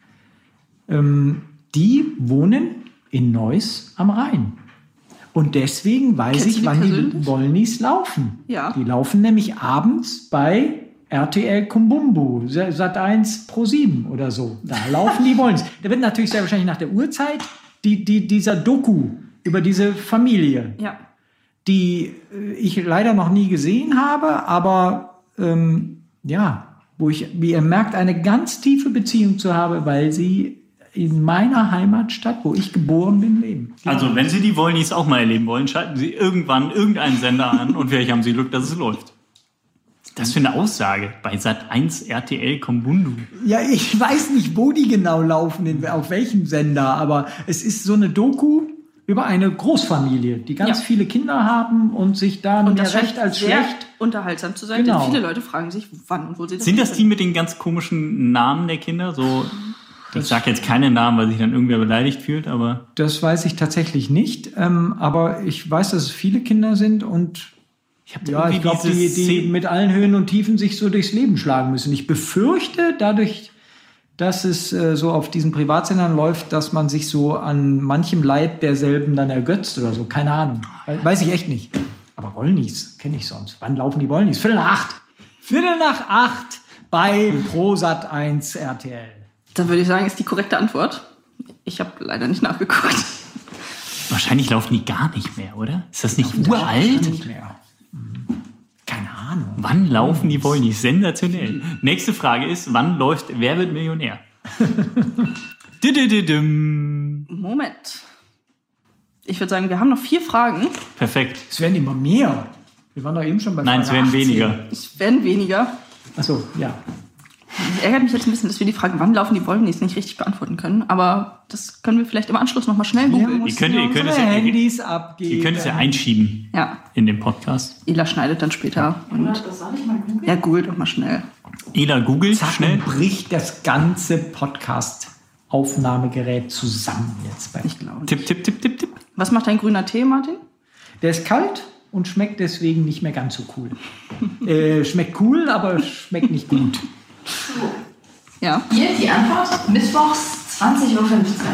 ähm, die wohnen in Neuss am Rhein. Und deswegen weiß Kennst du ich, die wann die persönlich? Wollnies laufen. Ja. Die laufen nämlich abends bei R T L Kumbumbu, Sat eins Pro sieben oder so. Da laufen die Wollnies. Da wird natürlich sehr wahrscheinlich nach der Uhrzeit die, die, dieser Doku über diese Familie, Ja. die äh, ich leider noch nie gesehen habe, aber ähm, ja, wo ich, wie ihr merkt, eine ganz tiefe Beziehung zu habe, weil sie in meiner Heimatstadt, wo ich geboren bin, leben. Also, wenn Sie die Wollnies auch mal erleben wollen, schalten Sie irgendwann irgendeinen Sender an und vielleicht haben Sie Glück, dass es läuft. Das für eine Aussage bei Sat eins R T L Kumbundu. Ja, ich weiß nicht, wo die genau laufen, in, auf welchem Sender, aber es ist so eine Doku über eine Großfamilie, die ganz Ja. viele Kinder haben und sich da Und mehr das recht scheint als sehr schlecht. unterhaltsam zu sein, Genau. denn viele Leute fragen sich, wann und wo sie das Sind das die finden. mit den ganz komischen Namen der Kinder? So, ich sage jetzt keine Namen, weil sich dann irgendwer beleidigt fühlt, aber Das weiß ich tatsächlich nicht, ähm, aber ich weiß, dass es viele Kinder sind und ich habe ja, ich glaube, die, die mit allen Höhen und Tiefen sich so durchs Leben schlagen müssen. Ich befürchte dadurch, dass es äh, so auf diesen Privatsendern läuft, dass man sich so an manchem Leid derselben dann ergötzt oder so. Keine Ahnung. We- Weiß ich echt nicht. Aber Wollnies kenne ich sonst. Wann laufen die Wollnies? Viertel nach acht. Viertel nach acht bei ProSat eins R T L. Dann würde ich sagen, ist die korrekte Antwort. Ich habe leider nicht nachgeguckt. wahrscheinlich laufen die gar nicht mehr, oder? Ist das nicht Schon uralt? nicht mehr. Hm. Keine Ahnung. Wann laufen die Wollnies? Sensationell. Nächste Frage ist, wann läuft Wer wird Millionär? Moment. Ich würde sagen, wir haben noch vier Fragen. Perfekt. Es werden immer mehr. Wir waren doch eben schon bei Nein, es Frage werden achtzehn. weniger. Es werden weniger. Achso, ja. Es ärgert mich jetzt ein bisschen, dass wir die Fragen, wann laufen die Wollnies, nicht richtig beantworten können. Aber das können wir vielleicht im Anschluss nochmal schnell Wir googeln. Ihr könnt, ihr, könnt es ja, ihr, Handys abgeben. ihr könnt es ja einschieben Ja, in den Podcast. Ela schneidet dann später. Und Das soll ich mal googeln. ja, googelt doch mal schnell. Ela googelt Zack, schnell. und bricht das ganze Podcast-Aufnahmegerät zusammen jetzt. Bei. Ich glaube. Tipp, tipp, tipp, tipp, tipp. Was macht dein grüner Tee, Martin? Der ist kalt und schmeckt deswegen nicht mehr ganz so cool. äh, schmeckt cool, aber schmeckt nicht gut. Ja. Hier die Antwort: Mittwochs zwanzig Uhr fünfzehn.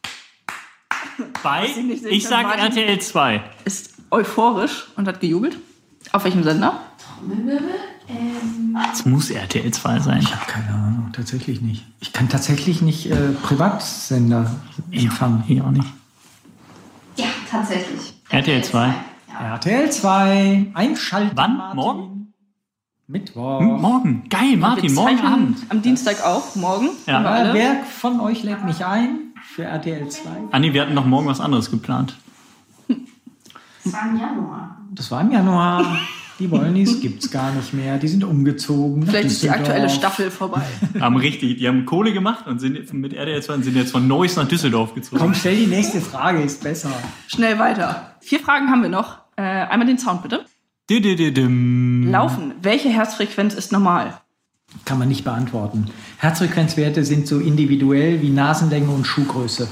Bei, Was ich nicht sehen ich kann, sag Martin. R T L zwei. Ist euphorisch und hat gejubelt. Auf welchem Sender? Trommelwirbel. Ähm, Es muss R T L zwei sein. Ich habe keine Ahnung, tatsächlich nicht. Ich kann tatsächlich nicht äh, Privatsender empfangen. Ich auch nicht. ja, tatsächlich. R T L zwei. Ja. R T L zwei, einschalten. Wann? Martin. Morgen? Mittwoch. M- Morgen. Geil, Martin, Wir morgen zeichnen Abend. Am Dienstag auch, morgen. Ja. Haben wir Äh, alle. wer von euch lädt mich ein für R T L zwei? Ah nee, wir hatten noch morgen was anderes geplant. Das war im Januar. Das war im Januar. Die Wollnies gibt's gar nicht mehr. Die sind umgezogen. Vielleicht ist die Düsseldorf. aktuelle Staffel vorbei. Haben richtig, die haben Kohle gemacht und sind jetzt mit R T L zwei und sind jetzt von Neuss nach Düsseldorf gezogen. Komm, stell die nächste Frage, ist besser. Schnell weiter. Vier Fragen haben wir noch. Äh, einmal den Sound bitte. Didididim. Laufen. Welche Herzfrequenz ist normal? Kann man nicht beantworten. Herzfrequenzwerte sind so individuell wie Nasenlänge und Schuhgröße.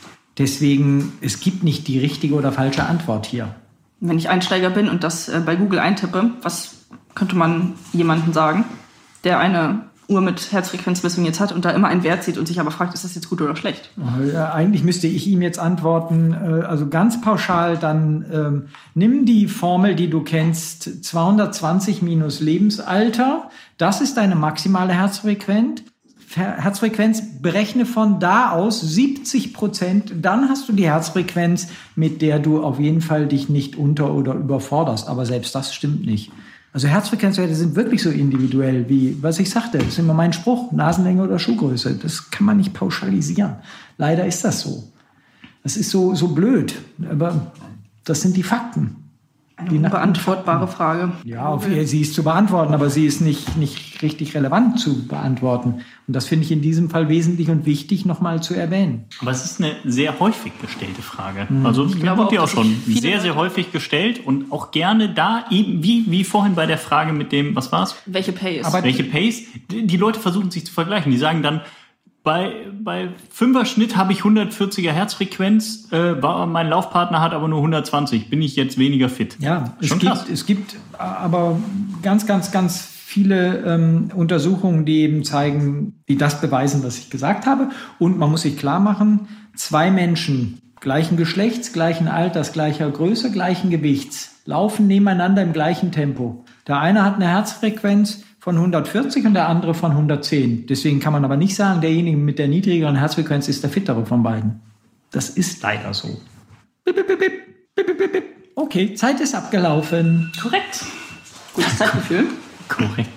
Deswegen, es gibt nicht die richtige oder falsche Antwort hier. Wenn ich Einsteiger bin und das äh, bei Google eintippe, was könnte man jemandem sagen, der eine Uhr mit Herzfrequenzmessung jetzt hat und da immer einen Wert sieht und sich aber fragt, ist das jetzt gut oder schlecht? Äh, Eigentlich müsste ich ihm jetzt antworten, äh, also ganz pauschal, dann ähm, nimm die Formel, die du kennst, zweihundertzwanzig minus Lebensalter, das ist deine maximale Herzfrequenz. Her- Herzfrequenz, berechne von da aus siebzig Prozent, dann hast du die Herzfrequenz, mit der du auf jeden Fall dich nicht unter- oder überforderst, aber selbst das stimmt nicht. Also Herzfrequenzwerte sind wirklich so individuell, wie, was ich sagte, das ist immer mein Spruch, Nasenlänge oder Schuhgröße. Das kann man nicht pauschalisieren. Leider ist das so. Das ist so, so blöd, aber das sind die Fakten. Eine Die nach- unbeantwortbare Frage. Ja, auf, sie ist zu beantworten, aber sie ist nicht, nicht richtig relevant zu beantworten. Und das finde ich in diesem Fall wesentlich und wichtig, nochmal zu erwähnen. Aber es ist eine sehr häufig gestellte Frage. Mhm. Also ich glaube wurde ja auch, auch dass schon sich viele sehr, sehr Leute- häufig gestellt und auch gerne da, eben wie, wie vorhin bei der Frage mit dem, was war's? Welche Pace? Aber- Welche Pace? Die die Leute versuchen sich zu vergleichen. Die sagen dann, bei, bei Fünfer-Schnitt habe ich hundertvierziger Herzfrequenz, äh, war- mein Laufpartner hat aber nur hundertzwanzig. Bin ich jetzt weniger fit? Ja, es Schon krass. gibt, es gibt aber ganz, ganz, ganz viele ähm, Untersuchungen, die eben zeigen, die das beweisen, was ich gesagt habe. Und man muss sich klar machen, zwei Menschen gleichen Geschlechts, gleichen Alters, gleicher Größe, gleichen Gewichts laufen nebeneinander im gleichen Tempo. Der eine hat eine Herzfrequenz von hundertvierzig und der andere von hundertzehn. Deswegen kann man aber nicht sagen, derjenige mit der niedrigeren Herzfrequenz ist der fittere von beiden. Das ist leider so. Bip, bip, bip, bip, bip, bip, bip. Okay, Zeit ist abgelaufen. Korrekt. Gutes Zeitgefühl. Korrekt.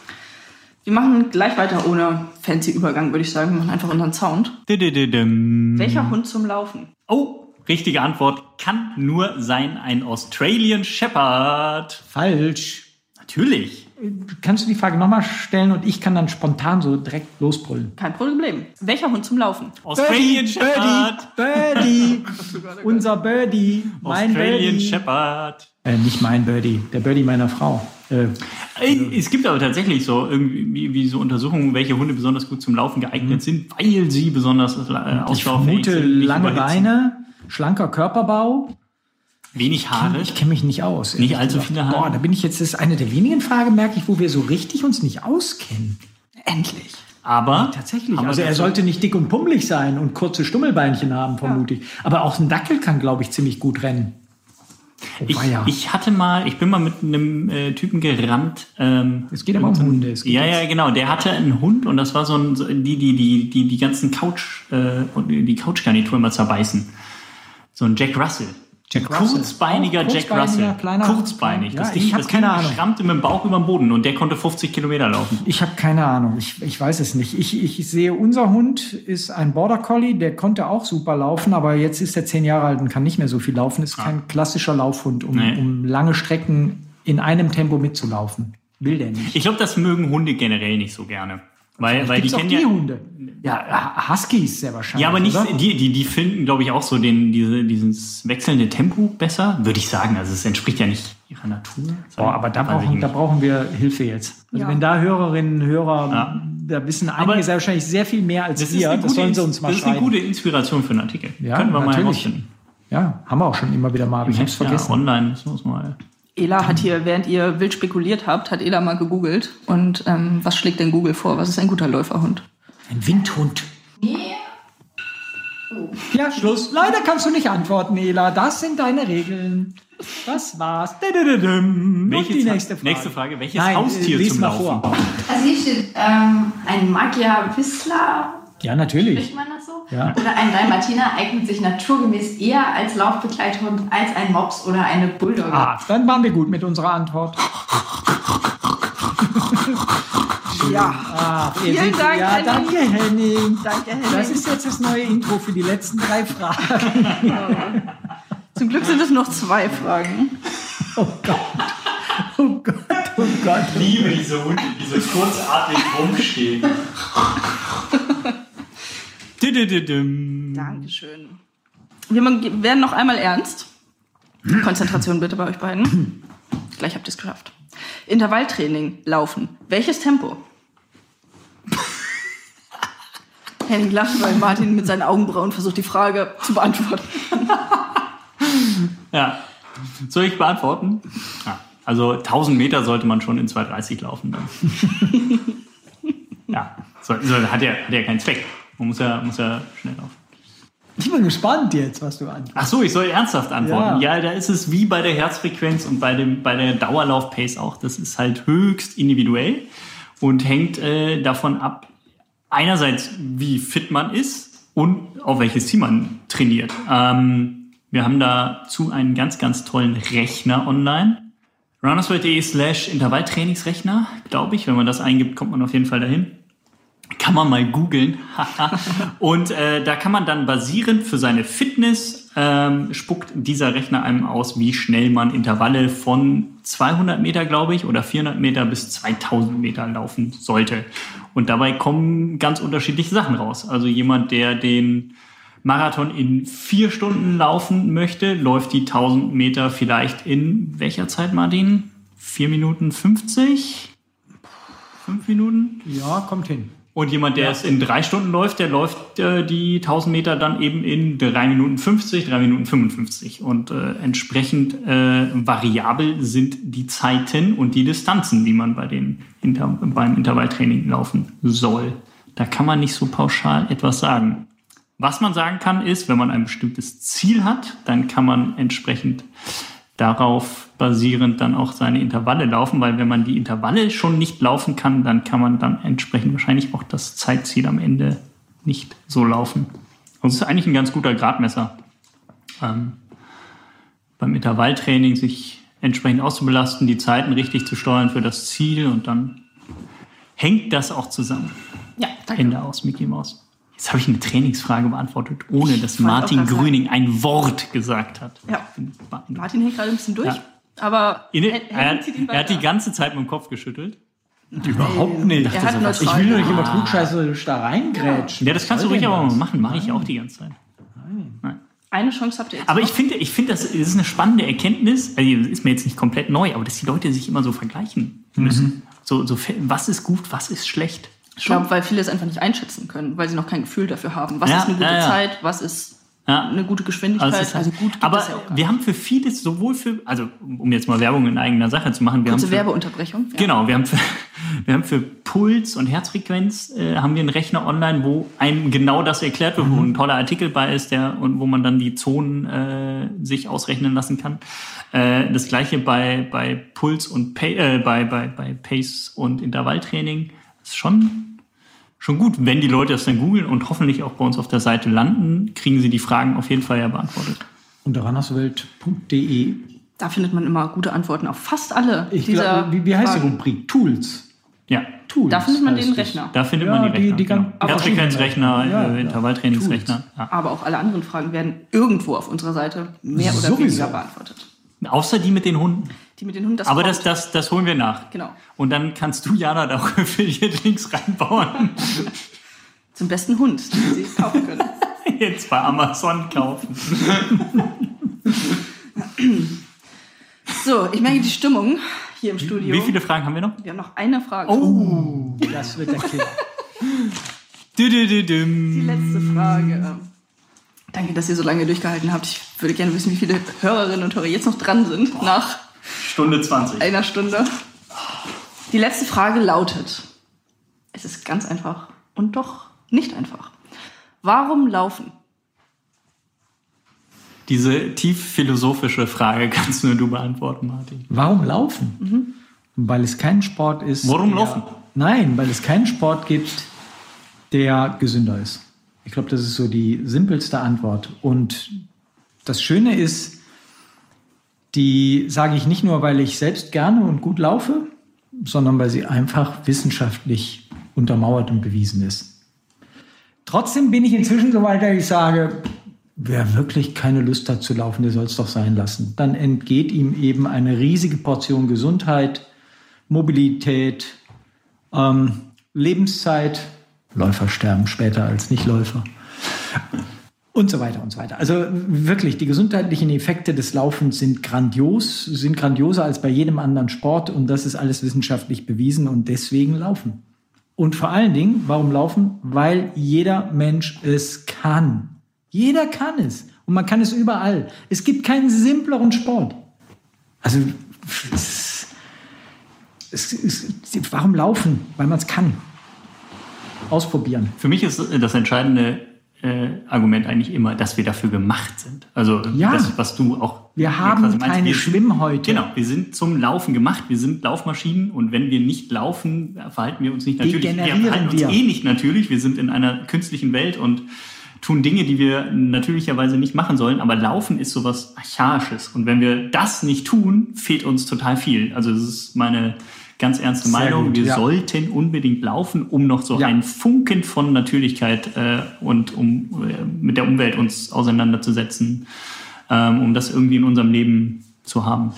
Wir machen gleich weiter ohne fancy Übergang, würde ich sagen. Wir machen einfach unseren Sound. Didididim. Welcher Hund zum Laufen? Oh, richtige Antwort kann nur sein ein Australian Shepherd. Falsch. Natürlich. Kannst du die Frage nochmal stellen und ich kann dann spontan so direkt losbrüllen? Kein Problem. Welcher Hund zum Laufen? Australian Shepherd. Birdie, Birdie, unser Birdie, mein Australian Birdie. Shepherd. Äh, nicht mein Birdie, der Birdie meiner Frau. Äh, Ey, Es gibt aber tatsächlich so irgendwie wie so Untersuchungen, welche Hunde besonders gut zum Laufen geeignet sind, weil sie besonders äh, ich ausdauerfähig vermute sind. nicht lange überhitzen. Beine, schlanker Körperbau. Wenig Haare. Ich kenne mich nicht aus. ehrlich Nicht allzu gesagt. viele Haare. Boah, da bin ich jetzt, das ist eine der wenigen Fragen, merke ich, wo wir so richtig uns nicht auskennen. Endlich. Aber Tatsächlich. aber Also er das- sollte nicht dick und pummelig sein und kurze Stummelbeinchen haben, vermute ich. Aber auch ein Dackel kann, glaube ich, ziemlich gut rennen. Oh, Ich, weia. ich hatte mal, ich bin mal mit einem äh, Typen gerannt. Ähm, Es geht aber um Hunde. Es geht Ja, jetzt- ja, genau. Der hatte einen Hund und das war so ein, so die, die, die, die, die ganzen Couch, äh, und die Couchgarnitur immer zerbeißen. So ein Jack Russell. Jack Russell. Kurzbeiniger Auch Jack kurzbeiniger, Russell. kleiner- Kurzbeinig. Ja, das Ding, ich hab das keine Ding Ahnung. schrammte mit dem Bauch über den Boden und der konnte fünfzig Kilometer laufen. Ich habe keine Ahnung. Ich, ich weiß es nicht. Ich, ich sehe, unser Hund ist ein Border Collie, der konnte auch super laufen, aber jetzt ist er zehn Jahre alt und kann nicht mehr so viel laufen. Ist kein klassischer Laufhund, um, Nee. um lange Strecken in einem Tempo mitzulaufen. Will der nicht. Ich glaube, das mögen Hunde generell nicht so gerne. Weil, weil die Gibt's auch kennen die ja. Hunde. Ja, Huskies sehr wahrscheinlich. Ja, aber nicht, oder? die, die, die finden, glaube ich, auch so den, diese, dieses wechselnde Tempo besser, würde ich sagen. Also es entspricht ja nicht ihrer Natur. Boah, aber da Weiß ich brauchen, nicht. da brauchen wir Hilfe jetzt. Also Ja. wenn da Hörerinnen, Hörer, Ja. da wissen Aber einige sehr wahrscheinlich sehr viel mehr als das ist wir. eine Das gute, sollen sie uns mal das ist eine schreiben. gute Inspiration für einen Artikel. Ja, Können wir mal natürlich. herausfinden. Ja, haben wir auch schon immer wieder mal, aber ich hab's Ja, vergessen. online müssen wir uns mal. Ela hat hier, während ihr wild spekuliert habt, hat Ela mal gegoogelt. Und ähm, was schlägt denn Google vor? Was ist ein guter Läuferhund? Ein Windhund. Ja, Schluss. Leider kannst du nicht antworten, Ela. Das sind deine Regeln. Das war's. Und Welche die Za- nächste Frage. nächste Frage. Welches Nein, Haustier lies zum mal Laufen? vor. Also hier steht ähm, ein Magyar Whistler, Ja, natürlich. spricht man das so? Ja. Oder ein Dalmatiner eignet sich naturgemäß eher als Laufbegleithund als ein Mops oder eine Bulldogge. Ah, dann waren wir gut mit unserer Antwort. Ja. Ah, ihr Vielen seht- Dank, Ja, Henning. danke, Henning. Danke, Henning. Das ist jetzt das neue Intro für die letzten drei Fragen. Zum Glück sind es noch zwei Fragen. Oh Gott. Oh Gott, oh Gott. Ich liebe diese Hunde, die so kurzatmig rumstehen. Didididim. Dankeschön. Wir werden noch einmal ernst. Konzentration bitte bei euch beiden. Gleich habt ihr es geschafft. Intervalltraining, Laufen. Welches Tempo? Henning lacht, weil Martin mit seinen Augenbrauen versucht, die Frage zu beantworten. Ja. Soll ich beantworten? Ja. Also tausend Meter sollte man schon in zwei dreißig laufen. Dann. Ja. So, so, hat, ja, hat ja keinen Zweck. Man muss ja, muss ja schnell laufen. Ich bin gespannt jetzt, was du antwortest. Ach so, ich soll ernsthaft antworten. Ja. Ja, da ist es wie bei der Herzfrequenz und bei, dem, bei der Dauerlauf-Pace auch. Das ist halt höchst individuell und hängt äh, davon ab, einerseits, wie fit man ist und auf welches Ziel man trainiert. Ähm, wir haben dazu einen ganz, ganz tollen Rechner online. runnersworld.de slash Intervalltrainingsrechner, glaube ich. Wenn man das eingibt, kommt man auf jeden Fall dahin. Kann man mal googeln. Und äh, da kann man dann basierend für seine Fitness, ähm, spuckt dieser Rechner einem aus, wie schnell man Intervalle von zweihundert Meter, glaube ich, oder vierhundert Meter bis zweitausend Meter laufen sollte. Und dabei kommen ganz unterschiedliche Sachen raus. Also jemand, der den Marathon in vier Stunden laufen möchte, läuft die tausend Meter vielleicht in welcher Zeit, Martin? vier Minuten fünfzig? fünf Minuten? Ja, kommt hin. Und jemand, der Ja. es in drei Stunden läuft, der läuft äh, die tausend Meter dann eben in drei Minuten fünfzig, drei Minuten fünfundfünfzig. Und äh, entsprechend äh, variabel sind die Zeiten und die Distanzen, die man bei den Inter beim Intervalltraining laufen soll. Da kann man nicht so pauschal etwas sagen. Was man sagen kann, ist, wenn man ein bestimmtes Ziel hat, dann kann man entsprechend darauf basierend dann auch seine Intervalle laufen, weil wenn man die Intervalle schon nicht laufen kann, dann kann man dann entsprechend wahrscheinlich auch das Zeitziel am Ende nicht so laufen. Und es ist eigentlich ein ganz guter Gradmesser, ähm, beim Intervalltraining sich entsprechend auszubelasten, die Zeiten richtig zu steuern für das Ziel und dann hängt das auch zusammen. Ja, danke. Ende aus, Mickey Mouse. Jetzt habe ich eine Trainingsfrage beantwortet, ohne dass wollte auch Martin grad sagen. Grüning ein Wort gesagt hat. Ja. Bin beeindruckt. Martin hängt gerade ein bisschen durch, Ja. aber In, Hen- er, Henning hat, zieht ihn er hat die weiter. ganze Zeit mit dem Kopf geschüttelt. Überhaupt nicht. Er hat sowas. Ich neutral. will nur nicht immer klugscheißerisch da reingrätschen. Ja, das kannst du Was soll ruhig denn aber mal das? machen. Mache ich auch die ganze Zeit. Nein. Eine Chance habt ihr jetzt Aber noch. ich finde, ich finde, das ist eine spannende Erkenntnis. Also, das ist mir jetzt nicht komplett neu, aber dass die Leute sich immer so vergleichen müssen. So, so, was ist gut, was ist schlecht? Ich glaube, weil viele es einfach nicht einschätzen können, weil sie noch kein Gefühl dafür haben. Was Ja, ist eine gute ja, ja. Zeit, was ist Ja. eine gute Geschwindigkeit? Also, es ist Also, halt- gut gibt aber es ja auch gar wir haben für vieles, sowohl für, also um jetzt mal Werbung in eigener Sache zu machen, wir Kurze haben für, Werbeunterbrechung. Ja. Genau, wir haben für, wir haben für Puls und Herzfrequenz äh, haben wir einen Rechner online, wo einem genau das erklärt wird, wo ein toller Artikel bei ist, der und wo man dann die Zonen äh, sich ausrechnen lassen kann. Äh, das gleiche bei bei Puls und Pa- äh, bei bei bei Pace und Intervalltraining. Das ist schon schon gut, wenn die Leute das dann googeln und hoffentlich auch bei uns auf der Seite landen, kriegen sie die Fragen auf jeden Fall ja beantwortet. Unter runnerswelt punkt de. Da findet man immer gute Antworten auf fast alle Ich dieser glaub, wie, wie heißt die Fragen. Rubrik? Tools. Ja. Tools. Da findet man heißt den es. Rechner. Da findet Ja, man die die- Rechner. die genau. gan- Herzfrequenzrechner, Ja, äh, ja. Intervalltrainingsrechner. Ja. Aber auch alle anderen Fragen werden irgendwo auf unserer Seite mehr oder Sowieso. weniger beantwortet. Außer die mit den Hunden. Die mit den Hunden, das Aber kommt. das, das, das holen wir nach. Genau. Und dann kannst du, Jana, da auch Affiliate-Links reinbauen. Zum besten Hund, den Sie kaufen können. Jetzt bei Amazon kaufen. So, ich merke die Stimmung hier im Studio. Wie viele Fragen haben wir noch? Wir haben noch eine Frage. Oh, das wird der Killer. Du, du, du, Die dum. letzte Frage. Danke, dass ihr so lange durchgehalten habt. Ich würde gerne wissen, wie viele Hörerinnen und Hörer jetzt noch dran sind nach Stunde zwanzig. einer Stunde. Die letzte Frage lautet, es ist ganz einfach und doch nicht einfach. Warum laufen? Diese tief philosophische Frage kannst nur du beantworten, Martin. Warum laufen? Mhm. Weil es kein Sport ist. Warum der, laufen? Nein, weil es keinen Sport gibt, der gesünder ist. Ich glaube, das ist so die simpelste Antwort. Und das Schöne ist, die sage ich nicht nur, weil ich selbst gerne und gut laufe, sondern weil sie einfach wissenschaftlich untermauert und bewiesen ist. Trotzdem bin ich inzwischen so weit, dass ich sage, wer wirklich keine Lust hat zu laufen, der soll es doch sein lassen. Dann entgeht ihm eben eine riesige Portion Gesundheit, Mobilität, ähm, Lebenszeit. Läufer sterben später als Nichtläufer. Und so weiter und so weiter. Also wirklich, die gesundheitlichen Effekte des Laufens sind grandios, sind grandioser als bei jedem anderen Sport. Und das ist alles wissenschaftlich bewiesen und deswegen laufen. Und vor allen Dingen, warum laufen? Weil jeder Mensch es kann. Jeder kann es. Und man kann es überall. Es gibt keinen simpleren Sport. Also, es, es, es, warum laufen? Weil man es kann. Ausprobieren. Für mich ist das entscheidende äh, Argument eigentlich immer, dass wir dafür gemacht sind. Also Ja. das, was du auch Wir mir haben quasi meinst, keine wir sind- Schwimmhäute. Genau, wir sind zum Laufen gemacht, wir sind Laufmaschinen und wenn wir nicht laufen, verhalten wir uns nicht natürlich. Degenerieren wir verhalten uns wir. eh nicht natürlich. Wir sind in einer künstlichen Welt und tun Dinge, die wir natürlicherweise nicht machen sollen. Aber Laufen ist sowas Archaisches. Und wenn wir das nicht tun, fehlt uns total viel. Also das ist meine ganz ernste Sehr Meinung. gut, wir ja. sollten unbedingt laufen, um noch so Ja. einen Funken von Natürlichkeit äh, und um äh, mit der Umwelt uns auseinanderzusetzen, ähm, um das irgendwie in unserem Leben zu haben.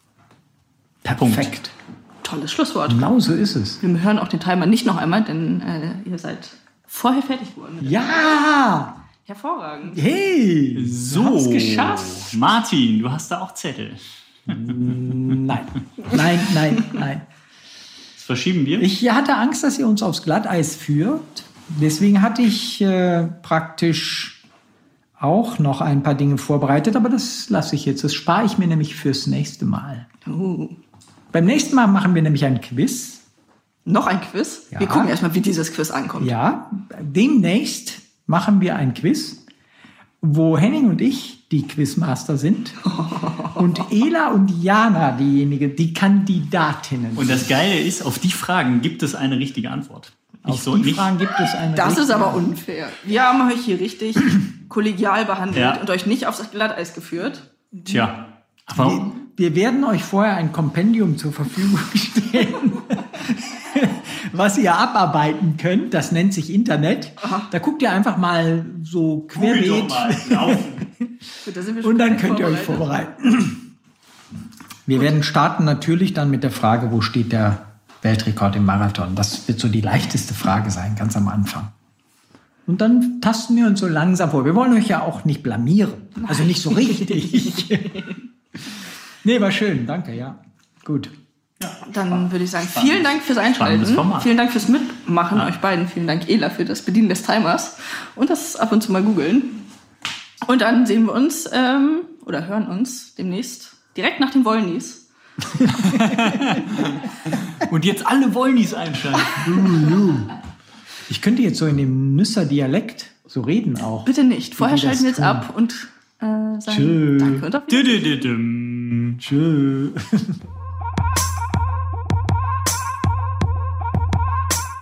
Perfekt. Tolles Schlusswort. Genau so ist es. Wir hören auch den Timer nicht noch einmal, denn äh, ihr seid vorher fertig geworden. Ja! Hervorragend. Hey! So, Hab's geschafft. Martin, du hast da auch Zettel. Nein. Nein, nein, nein. Das verschieben wir. Ich hatte Angst, dass ihr uns aufs Glatteis führt. Deswegen hatte ich äh, praktisch auch noch ein paar Dinge vorbereitet, aber das lasse ich jetzt. Das spare ich mir nämlich fürs nächste Mal. Uh, Beim nächsten Mal machen wir nämlich ein Quiz. noch ein Quiz? Ja. Wir gucken erstmal, wie dieses Quiz ankommt. Ja, demnächst machen wir ein Quiz, wo Henning und ich die Quizmaster sind und Ela und Jana diejenige, die Kandidatinnen. Und das Geile ist, auf die Fragen gibt es eine richtige Antwort. Nicht Auf so, die nicht, Fragen gibt es eine Das ist richtige- aber unfair. Wir haben euch hier richtig kollegial behandelt Ja. und euch nicht aufs Glatteis geführt. Tja, aber Wir werden euch vorher ein Kompendium zur Verfügung stellen, was ihr abarbeiten könnt. Das nennt sich Internet. Da guckt ihr einfach mal so querbeet laufen. Gut, da sind wir schon und dann perfekt könnt ihr euch vorbereiten. Wir werden starten natürlich dann mit der Frage, wo steht der Weltrekord im Marathon? Das wird so die leichteste Frage sein, ganz am Anfang. Und dann tasten wir uns so langsam vor. Wir wollen euch ja auch nicht blamieren. Also nicht so richtig. Nee, war schön. Danke, ja. Gut. Dann würde ich sagen, vielen Dank fürs Spannendes Einschalten. Format. Vielen Dank fürs Mitmachen, euch beiden. Vielen Dank, Ela, für das Bedienen des Timers und das ab und zu mal googeln. Und dann sehen wir uns ähm, oder hören uns demnächst direkt nach den Wollnies. Und jetzt alle Wollnies einschalten. Ich könnte jetzt so in dem Nüsser Dialekt so reden auch. Bitte nicht. Vorher die das schalten wir jetzt tun. ab und äh, sagen Tschö. Danke und auf Wiedersehen. Dü-dü-dü-düm. Tschö.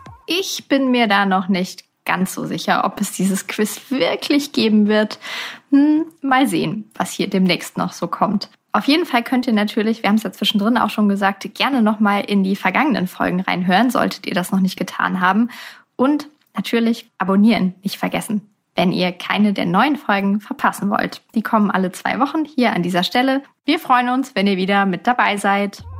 Ich bin mir da noch nicht ganz so sicher, ob es dieses Quiz wirklich geben wird. hm, mal sehen, was hier demnächst noch so kommt. Auf jeden Fall könnt ihr natürlich, wir haben es ja zwischendrin auch schon gesagt, gerne nochmal in die vergangenen Folgen reinhören, solltet ihr das noch nicht getan haben. Und natürlich abonnieren nicht vergessen, wenn ihr keine der neuen Folgen verpassen wollt. Die kommen alle zwei Wochen hier an dieser Stelle. Wir freuen uns, wenn ihr wieder mit dabei seid.